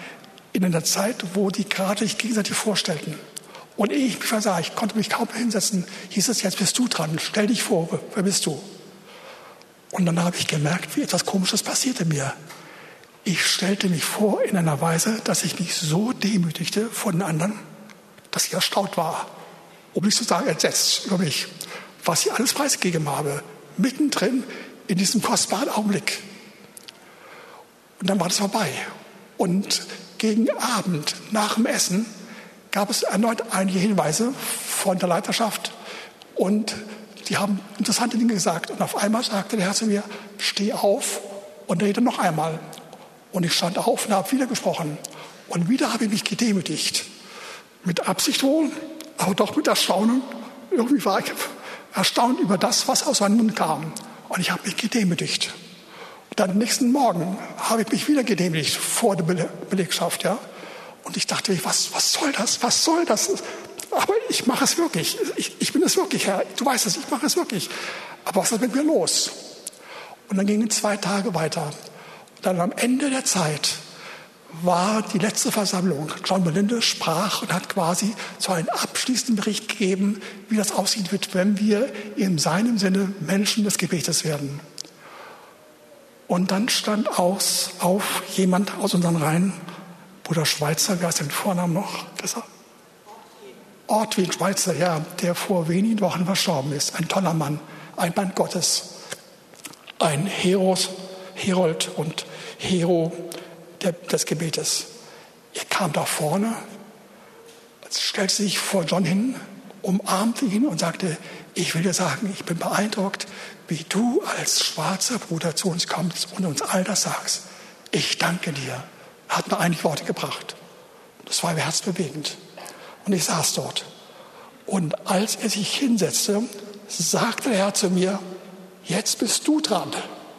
in einer Zeit, wo die gerade sich gegenseitig vorstellten. Und ehe ich mich versah, ich konnte mich kaum hinsetzen, hieß es, jetzt bist du dran, stell dich vor, wer bist du? Und dann habe ich gemerkt, wie etwas Komisches passierte mir. Ich stellte mich vor in einer Weise, dass ich mich so demütigte vor den anderen, dass ich erstaunt war, um nicht zu sagen entsetzt über mich, was ich alles preisgegeben habe, mittendrin in diesem kostbaren Augenblick. Und dann war das vorbei. Und gegen Abend, nach dem Essen, gab es erneut einige Hinweise von der Leiterschaft und die haben interessante Dinge gesagt. Und auf einmal sagte der Herr zu mir, steh auf und rede noch einmal. Und ich stand auf und habe wieder gesprochen. Und wieder habe ich mich gedemütigt. Mit Absicht wohl, aber doch mit Erstaunen. Irgendwie war ich erstaunt über das, was aus meinem Mund kam. Und ich habe mich gedemütigt. Und dann am nächsten Morgen habe ich mich wieder gedemütigt vor der Belegschaft. Ja? Und ich dachte, was, was soll das? Was soll das? Aber ich mache es wirklich. Ich, ich bin es wirklich, Herr. Du weißt es, ich mache es wirklich. Aber was ist mit mir los? Und dann gingen zwei Tage weiter. Und dann am Ende der Zeit war die letzte Versammlung. John Melinde sprach und hat quasi so einen abschließenden Bericht gegeben, wie das aussehen wird, wenn wir in seinem Sinne Menschen des Gebetes werden. Und dann stand aus, auf jemand aus unseren Reihen, Bruder Schweitzer, wer heißt den Vornamen noch? Ortwin Schweitzer, ja, der vor wenigen Wochen verstorben ist. Ein toller Mann, ein Mann Gottes, ein Heros, Herold und Hero der, des Gebetes. Er kam da vorne, stellte sich vor John hin, umarmte ihn und sagte, ich will dir sagen, ich bin beeindruckt, wie du als schwarzer Bruder zu uns kommst und uns all das sagst. Ich danke dir. Er hat mir einige Worte gebracht. Das war mir herzbewegend. Und ich saß dort. Und als er sich hinsetzte, sagte der Herr zu mir, jetzt bist du dran.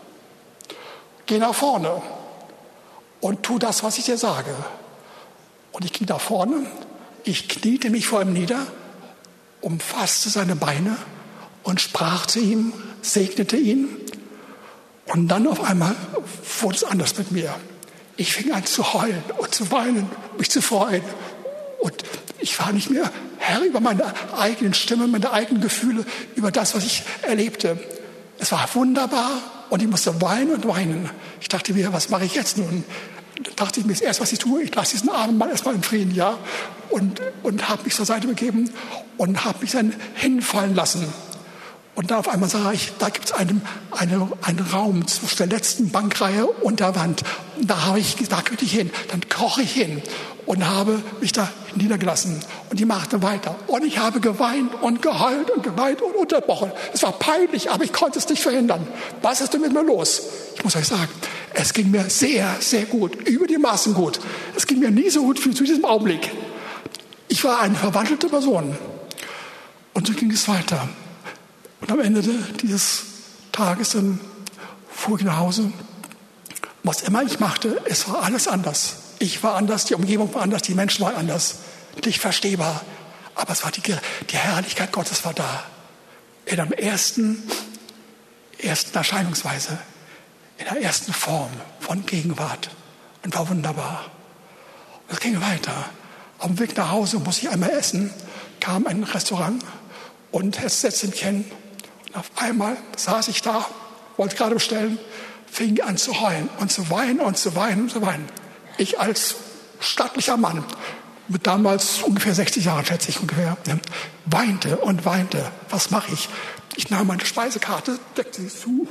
Geh nach vorne und tu das, was ich dir sage. Und ich ging nach vorne, ich kniete mich vor ihm nieder, umfasste seine Beine und sprach zu ihm, segnete ihn. Und dann auf einmal wurde es anders mit mir. Ich fing an zu heulen und zu weinen, mich zu freuen. Und ich war nicht mehr Herr über meine eigenen Stimmen, meine eigenen Gefühle, über das, was ich erlebte. Es war wunderbar und ich musste weinen und weinen. Ich dachte mir, was mache ich jetzt nun? Da dachte ich mir, das Erste, was ich tue, ich lasse diesen armen Mann erstmal in Frieden, ja? Und, und habe mich zur Seite begeben und habe mich dann hinfallen lassen. Und da auf einmal sah ich, da gibt es einen, eine, einen Raum zwischen der letzten Bankreihe und der Wand. Und da habe ich, da könnte ich hin. Dann kroch ich hin und habe mich da niedergelassen. Und die machte weiter. Und ich habe geweint und geheult und geweint und unterbrochen. Es war peinlich, aber ich konnte es nicht verhindern. Was ist denn mit mir los? Ich muss euch sagen, es ging mir sehr, sehr gut. Über die Maßen gut. Es ging mir nie so gut wie zu diesem Augenblick. Ich war eine verwandelte Person. Und so ging es weiter. Und am Ende dieses Tages dann fuhr ich nach Hause. Was immer ich machte, es war alles anders. Ich war anders, die Umgebung war anders, die Menschen waren anders. Nicht verstehbar. Aber es war die, die Herrlichkeit Gottes war da. In der ersten, ersten Erscheinungsweise, in der ersten Form von Gegenwart. Und war wunderbar. Und es ging weiter. Auf dem Weg nach Hause musste ich einmal essen, kam ein Restaurant und es setzte mich hin. Und auf einmal saß ich da, wollte gerade bestellen, fing an zu heulen und zu weinen und zu weinen und zu weinen. Ich als stattlicher Mann, mit damals ungefähr sechzig Jahren, schätze ich ungefähr, weinte und weinte. Was mache ich? Ich nahm meine Speisekarte, deckte sie zu,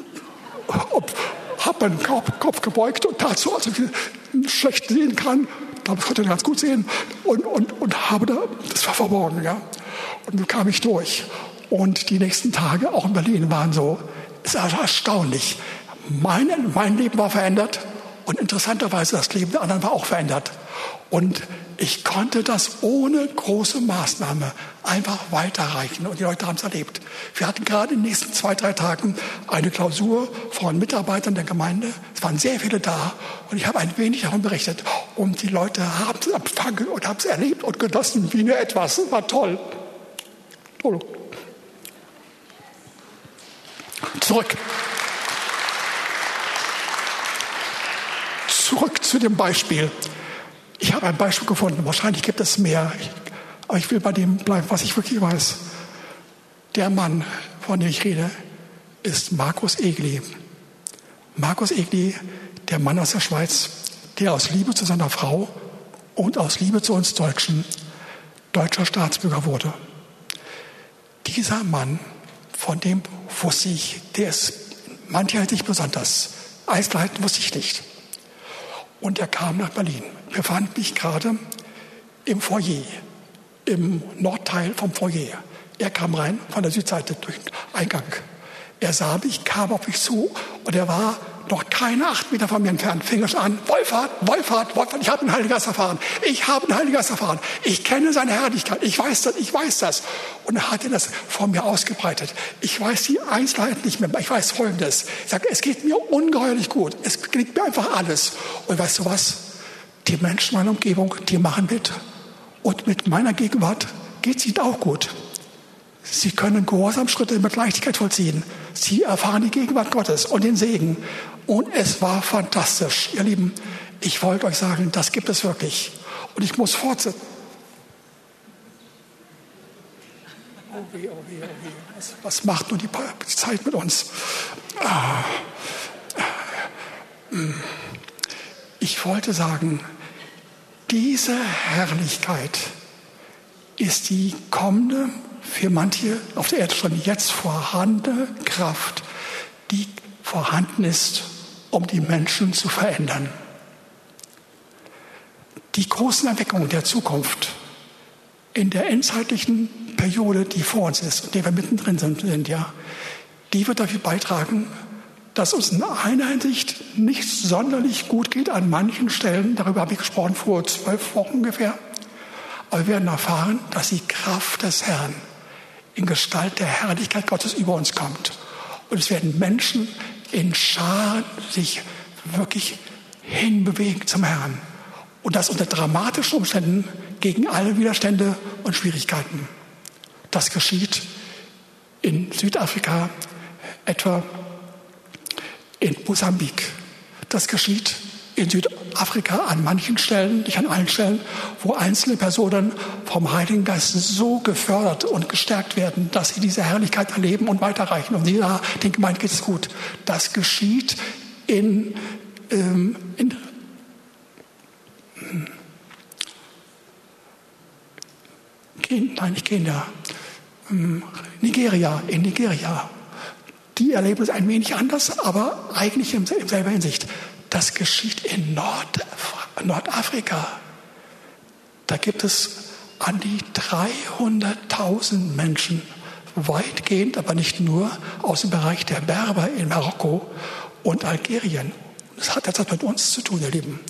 habe meinen Kopf, Kopf gebeugt und tat so, als ob ich schlecht sehen kann. Ich glaube, ich konnte ganz gut sehen. Und, und, und habe da, das war verborgen, ja. Und dann kam ich durch. Und die nächsten Tage, auch in Berlin, waren so, es war erstaunlich. Mein, mein Leben war verändert und interessanterweise das Leben der anderen war auch verändert. Und ich konnte das ohne große Maßnahme einfach weiterreichen. Und die Leute haben es erlebt. Wir hatten gerade in den nächsten zwei, drei Tagen eine Klausur von Mitarbeitern der Gemeinde. Es waren sehr viele da. Und ich habe ein wenig davon berichtet. Und die Leute haben es empfangen und haben es erlebt und genossen wie nur etwas. Das war toll. Toll. Zurück. Zurück zu dem Beispiel. Ich habe ein Beispiel gefunden, wahrscheinlich gibt es mehr, aber ich will bei dem bleiben, was ich wirklich weiß. Der Mann, von dem ich rede, ist Markus Egli. Markus Egli, der Mann aus der Schweiz, der aus Liebe zu seiner Frau und aus Liebe zu uns Deutschen deutscher Staatsbürger wurde. Dieser Mann, von dem wusste ich, der ist mancherlei besonders. Einzelheiten wusste ich nicht. Und er kam nach Berlin. Ich befand mich gerade im Foyer, im Nordteil vom Foyer. Er kam rein von der Südseite durch den Eingang. Er sah mich, kam auf mich zu und er war noch keine acht Meter von mir entfernt, fing es an, Wohlfahrt, Wohlfahrt, Wohlfahrt, ich habe den Heiligen Geist erfahren, ich habe den Heiligen Geist erfahren, ich kenne seine Herrlichkeit, ich weiß das, ich weiß das. Und er hatte das vor mir ausgebreitet. Ich weiß die Einzelheiten nicht mehr, ich weiß Folgendes. Ich sage, es geht mir ungeheuerlich gut, es gelingt mir einfach alles. Und weißt du was? Die Menschen meiner Umgebung, die machen mit. Und mit meiner Gegenwart geht es ihnen auch gut. Sie können Gehorsamschritte mit Leichtigkeit vollziehen. Sie erfahren die Gegenwart Gottes und den Segen. Und es war fantastisch. Ihr Lieben, ich wollte euch sagen, das gibt es wirklich. Und ich muss fortsetzen. Oh weh, oh weh, oh weh. Was, was macht nur die Zeit mit uns? Ich wollte sagen, diese Herrlichkeit ist die kommende, für manche auf der Erde schon jetzt vorhandene Kraft, die vorhanden ist, um die Menschen zu verändern. Die großen Erweckungen der Zukunft in der endzeitlichen Periode, die vor uns ist, in der wir mittendrin sind, sind ja, die wird dafür beitragen, dass uns in einer Hinsicht nicht sonderlich gut geht an manchen Stellen. Darüber habe ich gesprochen vor zwölf Wochen ungefähr. Aber wir werden erfahren, dass die Kraft des Herrn in Gestalt der Herrlichkeit Gottes über uns kommt. Und es werden Menschen in Scharen sich wirklich hinbewegen zum Herrn. Und das unter dramatischen Umständen gegen alle Widerstände und Schwierigkeiten. Das geschieht in Südafrika, etwa in Mosambik. Das geschieht in Südafrika an manchen Stellen, nicht an allen Stellen, wo einzelne Personen vom Heiligen Geist so gefördert und gestärkt werden, dass sie diese Herrlichkeit erleben und weiterreichen. Und sie den Gemeinden geht es gut. Das geschieht in, ähm, in nein, nicht Kenia, Nigeria, in Nigeria. Die erleben es ein wenig anders, aber eigentlich in selber Hinsicht. Das geschieht in Nord- Nordafrika. Da gibt es an die dreihunderttausend Menschen, weitgehend, aber nicht nur, aus dem Bereich der Berber in Marokko und Algerien. Das hat etwas mit uns zu tun, ihr Lieben.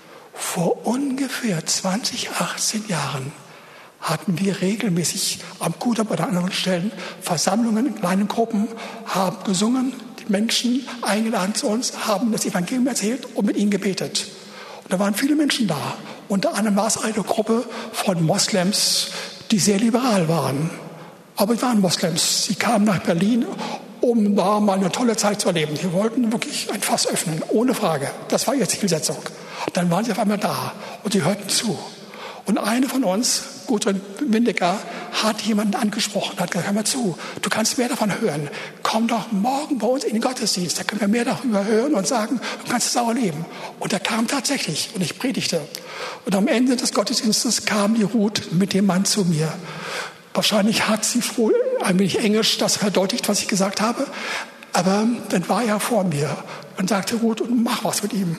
Vor ungefähr zwanzig, achtzehn Jahren hatten wir regelmäßig am Kudam oder an anderen Stellen Versammlungen in kleinen Gruppen, haben gesungen, die Menschen eingeladen zu uns, haben das Evangelium erzählt und mit ihnen gebetet. Und da waren viele Menschen da. Unter anderem war es eine Gruppe von Moslems, die sehr liberal waren. Aber sie waren Moslems. Sie kamen nach Berlin, um da mal eine tolle Zeit zu erleben. Sie wollten wirklich ein Fass öffnen, ohne Frage. Das war ihre Zielsetzung. Dann waren sie auf einmal da und sie hörten zu. Und eine von uns, Gudrun Windecker, hat jemanden angesprochen, hat gesagt, hör mal zu, du kannst mehr davon hören. Komm doch morgen bei uns in den Gottesdienst, da können wir mehr darüber hören und sagen, du kannst es auch erleben. Und er kam tatsächlich und ich predigte. Und am Ende des Gottesdienstes kam die Ruth mit dem Mann zu mir. Wahrscheinlich hat sie wohl ein wenig Englisch das verdeutlicht, was ich gesagt habe. Aber dann war er vor mir und sagte, Ruth, mach was mit ihm.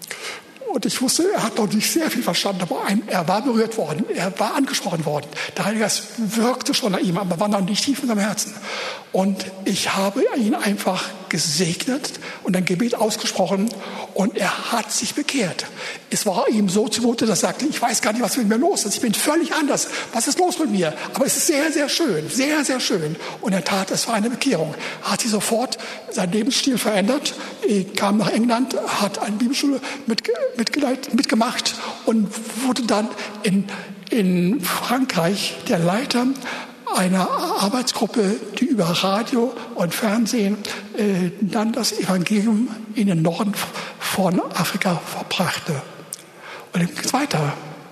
Und ich wusste, er hat noch nicht sehr viel verstanden, aber er war berührt worden, er war angesprochen worden. Der Heilige Geist wirkte schon an ihm, aber war noch nicht tief in seinem Herzen. Und ich habe ihn einfach gesegnet und ein Gebet ausgesprochen und er hat sich bekehrt. Es war ihm so zumute, dass er sagte, ich weiß gar nicht, was mit mir los ist. Ich bin völlig anders. Was ist los mit mir? Aber es ist sehr, sehr schön, sehr, sehr schön. Und er tat, es war eine Bekehrung. Er hat sich sofort seinen Lebensstil verändert, kam nach England, hat eine Bibelschule mit, mitgeleitet, mitgemacht und wurde dann in, in Frankreich der Leiter einer Arbeitsgruppe, die über Radio und Fernsehen äh, dann das Evangelium in den Norden von Afrika verbrachte. Und dann ging es weiter.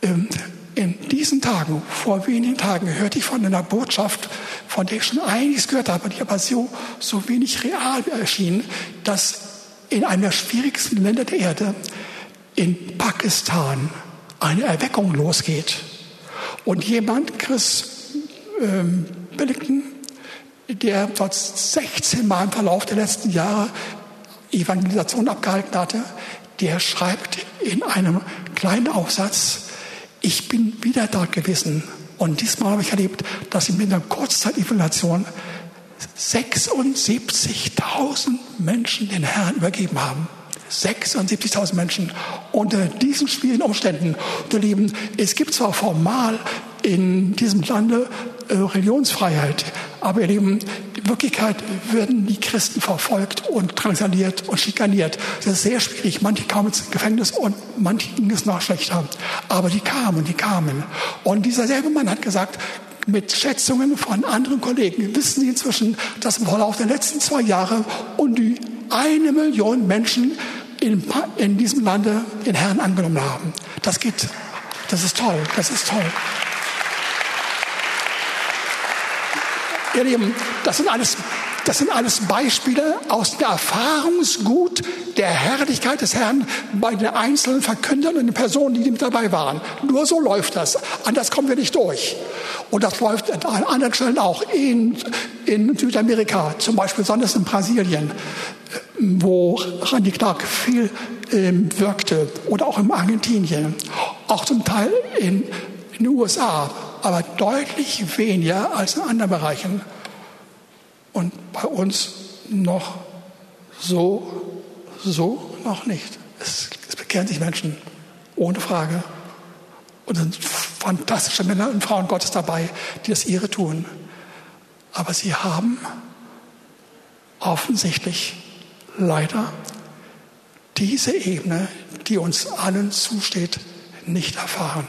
In diesen Tagen, vor wenigen Tagen, hörte ich von einer Botschaft, von der ich schon einiges gehört habe, die aber so, so wenig real erschien, dass in einem der schwierigsten Länder der Erde, in Pakistan, eine Erweckung losgeht. Und jemand, Chris ähm, Billington, der dort sechzehn Mal im Verlauf der letzten Jahre Evangelisation abgehalten hatte, der schreibt in einem kleinen Aufsatz: Ich bin wieder dort gewesen und diesmal habe ich erlebt, dass sie mit einer Kurzzeit-Evangelisation sechsundsiebzigtausend Menschen den Herrn übergeben haben. sechsundsiebzigtausend Menschen unter diesen schwierigen Umständen. Und ihr Lieben, es gibt zwar formal in diesem Lande äh, Religionsfreiheit, aber ihr Lieben, in Wirklichkeit werden die Christen verfolgt und drangsaliert und schikaniert. Das ist sehr schwierig. Manche kamen ins Gefängnis und manche ging es noch schlechter. Aber die kamen, die kamen. Und dieser selbe Mann hat gesagt, mit Schätzungen von anderen Kollegen wissen Sie inzwischen, dass im Verlauf der letzten zwei Jahre um die eine Million Menschen in, in diesem Lande den Herrn angenommen haben. Das geht, das ist toll, das ist toll. Ihr Lieben, das sind alles, das sind alles Beispiele aus dem Erfahrungsgut der Herrlichkeit des Herrn bei den einzelnen Verkündern und den Personen, die mit dabei waren. Nur so läuft das. Anders kommen wir nicht durch. Und das läuft an anderen Stellen auch. In, in Südamerika, zum Beispiel besonders in Brasilien, wo Randy Clark viel ähm, wirkte. Oder auch in Argentinien. Auch zum Teil in, in den U S A. Aber deutlich weniger als in anderen Bereichen. Und bei uns noch so, so noch nicht. Es, es bekehren sich Menschen, ohne Frage. Und es sind fantastische Männer und Frauen Gottes dabei, die das ihre tun. Aber sie haben offensichtlich leider diese Ebene, die uns allen zusteht, nicht erfahren.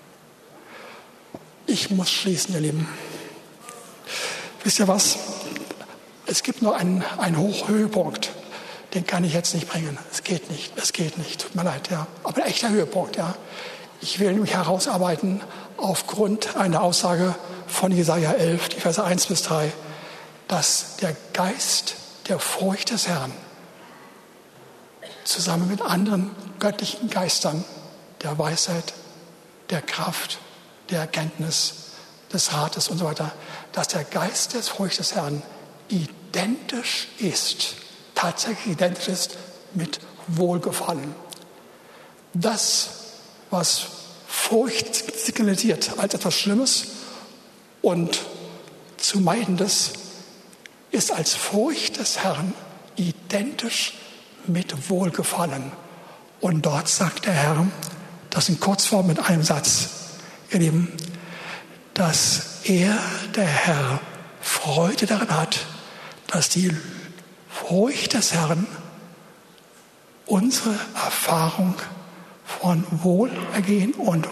Ich muss schließen, ihr Lieben. Wisst ihr was? Es gibt nur einen, einen Hochhöhepunkt. Den kann ich jetzt nicht bringen. Es geht nicht. Es geht nicht. Tut mir leid, ja. Aber ein echter Höhepunkt, ja. Ich will nämlich herausarbeiten aufgrund einer Aussage von Jesaja elf, die Verse eins bis drei, dass der Geist der Furcht des Herrn zusammen mit anderen göttlichen Geistern der Weisheit, der Kraft, der Erkenntnis, des Rates und so weiter, dass der Geist der Furcht des Herrn identisch ist, tatsächlich identisch ist mit Wohlgefallen. Das, was Furcht signalisiert als etwas Schlimmes und zu Meidendes, ist als Furcht des Herrn identisch mit Wohlgefallen. Und dort sagt der Herr, das in Kurzform mit einem Satz, ihr Lieben, dass er, der Herr, Freude daran hat, dass die Furcht des Herrn unsere Erfahrung von Wohlergehen und,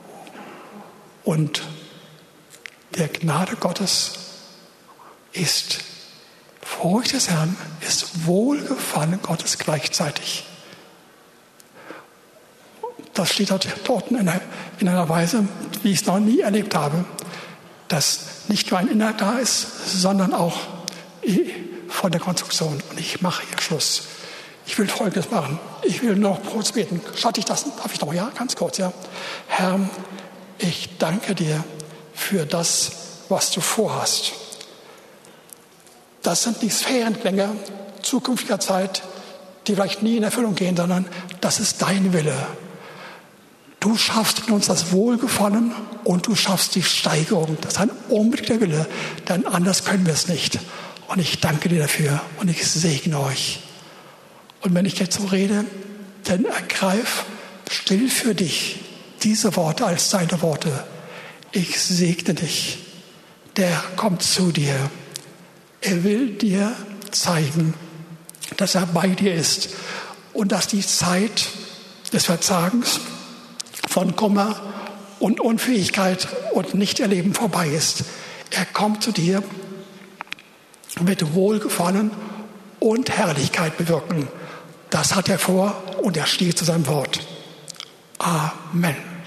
und der Gnade Gottes ist. Furcht des Herrn ist Wohlgefallen Gottes gleichzeitig. Das steht dort, dort in, einer, in einer Weise, wie ich es noch nie erlebt habe, dass nicht nur ein Inhalt da ist, sondern auch von der Konstruktion. Und ich mache hier Schluss. Ich will Folgendes machen. Ich will noch kurz beten. Schatte ich das? Darf ich noch? Ja, ganz kurz, ja. Herr, ich danke dir für das, was du vorhast. Das sind nicht Sphärenklänge zukünftiger Zeit, die vielleicht nie in Erfüllung gehen, sondern das ist dein Wille. Du schaffst in uns das Wohlgefallen und du schaffst die Steigerung. Das ist ein unbedingter Wille, denn anders können wir es nicht. Und ich danke dir dafür und ich segne euch. Und wenn ich jetzt so rede, dann ergreif still für dich diese Worte als deine Worte. Ich segne dich. Der Herr kommt zu dir. Er will dir zeigen, dass er bei dir ist und dass die Zeit des Verzagens von Kummer und Unfähigkeit und Nichterleben vorbei ist. Er kommt zu dir mit Wohlgefallen und Herrlichkeit bewirken. Das hat er vor und er steht zu seinem Wort. Amen.